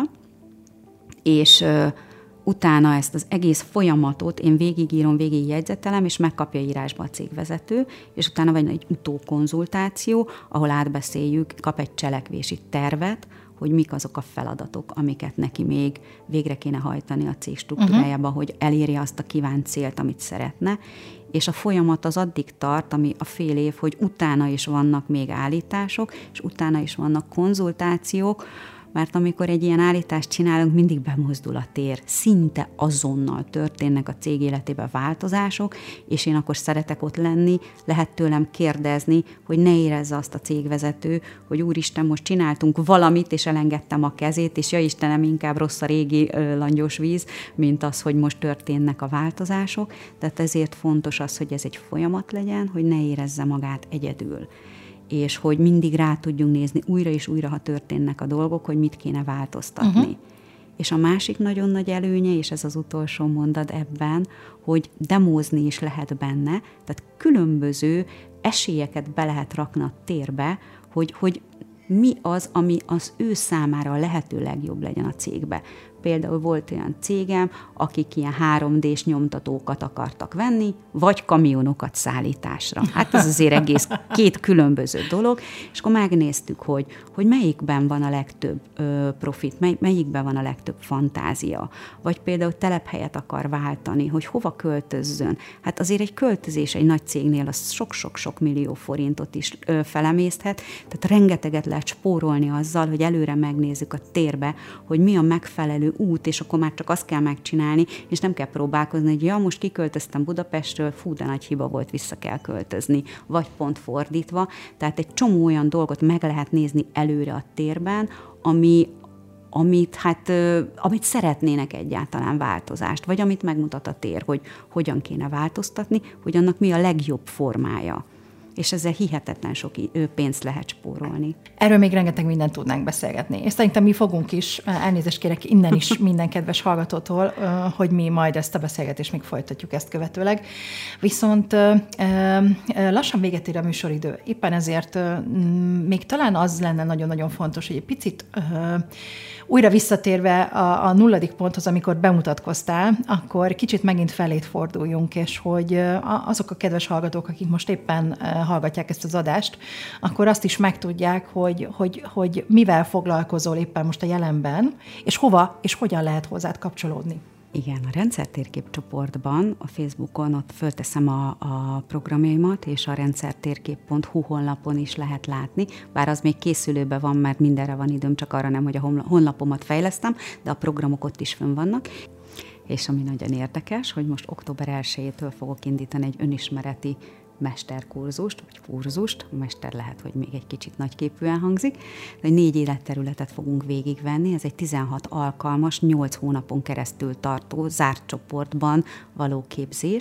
S2: és uh, utána ezt az egész folyamatot én végigírom, végigjegyzetelem, és megkapja írásba a cégvezető, és utána van egy utókonzultáció, ahol átbeszéljük, kap egy cselekvési tervet, hogy mik azok a feladatok, amiket neki még végre kéne hajtani a cég struktúrájába, uh-huh. hogy elérje azt a kívánt célt, amit szeretne, és a folyamat az addig tart, ami a fél év, hogy utána is vannak még állítások, és utána is vannak konzultációk, mert amikor egy ilyen állítást csinálunk, mindig bemozdul a tér. Szinte azonnal történnek a cég életében változások, és én akkor szeretek ott lenni, lehet tőlem kérdezni, hogy ne érezze azt a cégvezető, hogy úristen, most csináltunk valamit, és elengedtem a kezét, és ja Istenem, inkább rossz a régi ö, langyos víz, mint az, hogy most történnek a változások. Tehát ezért fontos az, hogy ez egy folyamat legyen, hogy ne érezze magát egyedül, és hogy mindig rá tudjunk nézni újra és újra, ha történnek a dolgok, hogy mit kéne változtatni. Uh-huh. És a másik nagyon nagy előnye, és ez az utolsó mondat ebben, hogy demózni is lehet benne, tehát különböző esélyeket be lehet rakni a térbe, hogy, hogy mi az, ami az ő számára a lehető legjobb legyen a cégbe. Például volt olyan cégem, akik ilyen három dés nyomtatókat akartak venni, vagy kamionokat szállításra. Hát ez azért egész két különböző dolog, és akkor megnéztük, hogy, hogy melyikben van a legtöbb ö, profit, mely, melyikben van a legtöbb fantázia. Vagy például telephelyet akar váltani, hogy hova költözzön. Hát azért egy költözés egy nagy cégnél az sok-sok-sok millió forintot is ö, felemészthet, tehát rengeteget lehet spórolni azzal, hogy előre megnézzük a térbe, hogy mi a megfelelő út, és akkor már csak azt kell megcsinálni, és nem kell próbálkozni, hogy ja, most kiköltöztem Budapestről, fú, de nagy hiba volt, vissza kell költözni, vagy pont fordítva. Tehát egy csomó olyan dolgot meg lehet nézni előre a térben, ami, amit, hát, amit szeretnének egyáltalán változást, vagy amit megmutat a tér, hogy hogyan kéne változtatni, hogy annak mi a legjobb formája. És ezzel hihetetlen sok pénzt lehet spórolni.
S1: Erről még rengeteg mindent tudnánk beszélgetni. És szerintem mi fogunk is, elnézést kérek innen is minden kedves hallgatótól, hogy mi majd ezt a beszélgetést még folytatjuk ezt követőleg. Viszont lassan véget ér a műsoridő. Éppen ezért még talán az lenne nagyon-nagyon fontos, hogy egy picit újra visszatérve a, a nulladik ponthoz, amikor bemutatkoztál, akkor kicsit megint felét forduljunk, és hogy azok a kedves hallgatók, akik most éppen hallgatják ezt az adást, akkor azt is megtudják, hogy, hogy, hogy mivel foglalkozol éppen most a jelenben, és hova és hogyan lehet hozzád kapcsolódni.
S2: Igen, a rendszertérkép csoportban, a Facebookon ott fölteszem a, a programjaimat, és a rendszertérkép pont hu honlapon is lehet látni, bár az még készülőben van, mert mindenre van időm, csak arra nem, hogy a honlapomat fejlesztem, de a programok ott is fönn vannak. És ami nagyon érdekes, hogy most október elsejétől fogok indítani egy önismereti mesterkurzust, vagy kurzust, a mester lehet, hogy még egy kicsit nagyképűen hangzik, de négy életterületet fogunk végigvenni, ez egy tizenhat alkalmas, nyolc hónapon keresztül tartó zárt csoportban való képzés,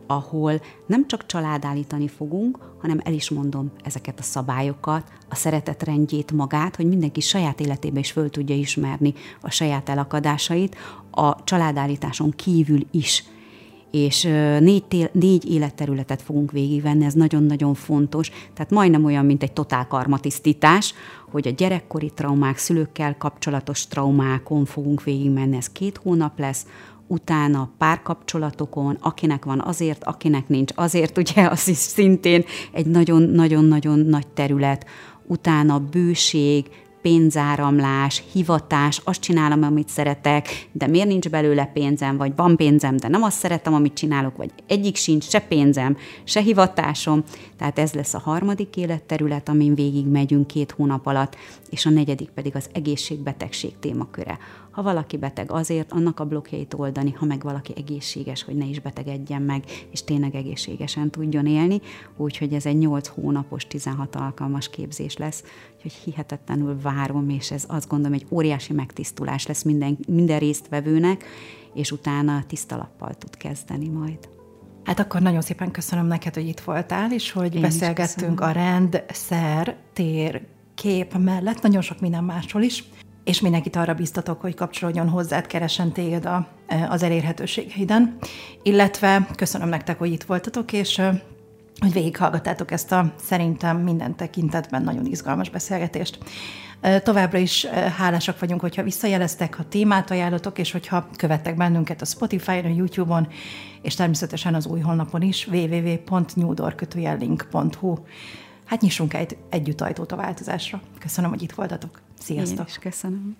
S2: ahol nem csak családállítani fogunk, hanem el is mondom ezeket a szabályokat, a szeretetrendjét magát, hogy mindenki saját életében is föl tudja ismerni a saját elakadásait, a családállításon kívül is. És négy, tél, négy életterületet fogunk végigvenni, ez nagyon-nagyon fontos. Tehát majdnem olyan, mint egy totál karmatisztítás, hogy a gyerekkori traumák, szülőkkel kapcsolatos traumákon fogunk végigmenni, ez két hónap lesz, utána párkapcsolatokon, akinek van azért, akinek nincs azért, ugye az is szintén egy nagyon-nagyon-nagyon nagy terület, utána bőség, pénzáramlás, hivatás, azt csinálom, amit szeretek, de miért nincs belőle pénzem, vagy van pénzem, de nem azt szeretem, amit csinálok, vagy egyik sincs, se pénzem, se hivatásom. Tehát ez lesz a harmadik életterület, amin végig megyünk két hónap alatt, és a negyedik pedig az egészségbetegség témaköre. Ha valaki beteg azért, annak a blokkjait oldani, ha meg valaki egészséges, hogy ne is betegedjen meg, és tényleg egészségesen tudjon élni. Úgyhogy ez egy nyolc hónapos, tizenhat alkalmas képzés lesz, úgyhogy hihetetlenül várom, és ez azt gondolom egy óriási megtisztulás lesz minden, minden résztvevőnek, és utána tiszta lappal tud kezdeni majd.
S1: Hát akkor nagyon szépen köszönöm neked, hogy itt voltál, és hogy Én beszélgettünk a rend, szer, tér, kép mellett, nagyon sok minden másról is. És mindenkit arra biztatok, hogy kapcsolódjon hozzád, keressen téged a, az elérhetőségeiden. Illetve köszönöm nektek, hogy itt voltatok, és hogy végighallgattátok ezt a szerintem minden tekintetben nagyon izgalmas beszélgetést. Továbbra is hálásak vagyunk, hogyha visszajeleztek, ha témát ajánlotok, és hogyha követtek bennünket a Spotify-on, a YouTube-on, és természetesen az új honlapon is, double-u double-u double-u pont newdor kutató link pont hu. Hát nyissunk egy együtt ajtót a változásra. Köszönöm, hogy itt voltatok. Sziasztok!
S2: Én is köszönöm.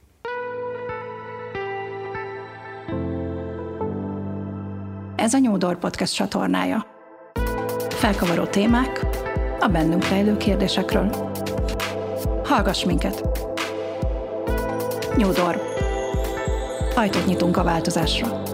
S1: Ez a New Door Podcast csatornája. Felkavaró témák a bennünk rejlő kérdésekről. Hallgass minket! New Door. Ajtót nyitunk a változásra.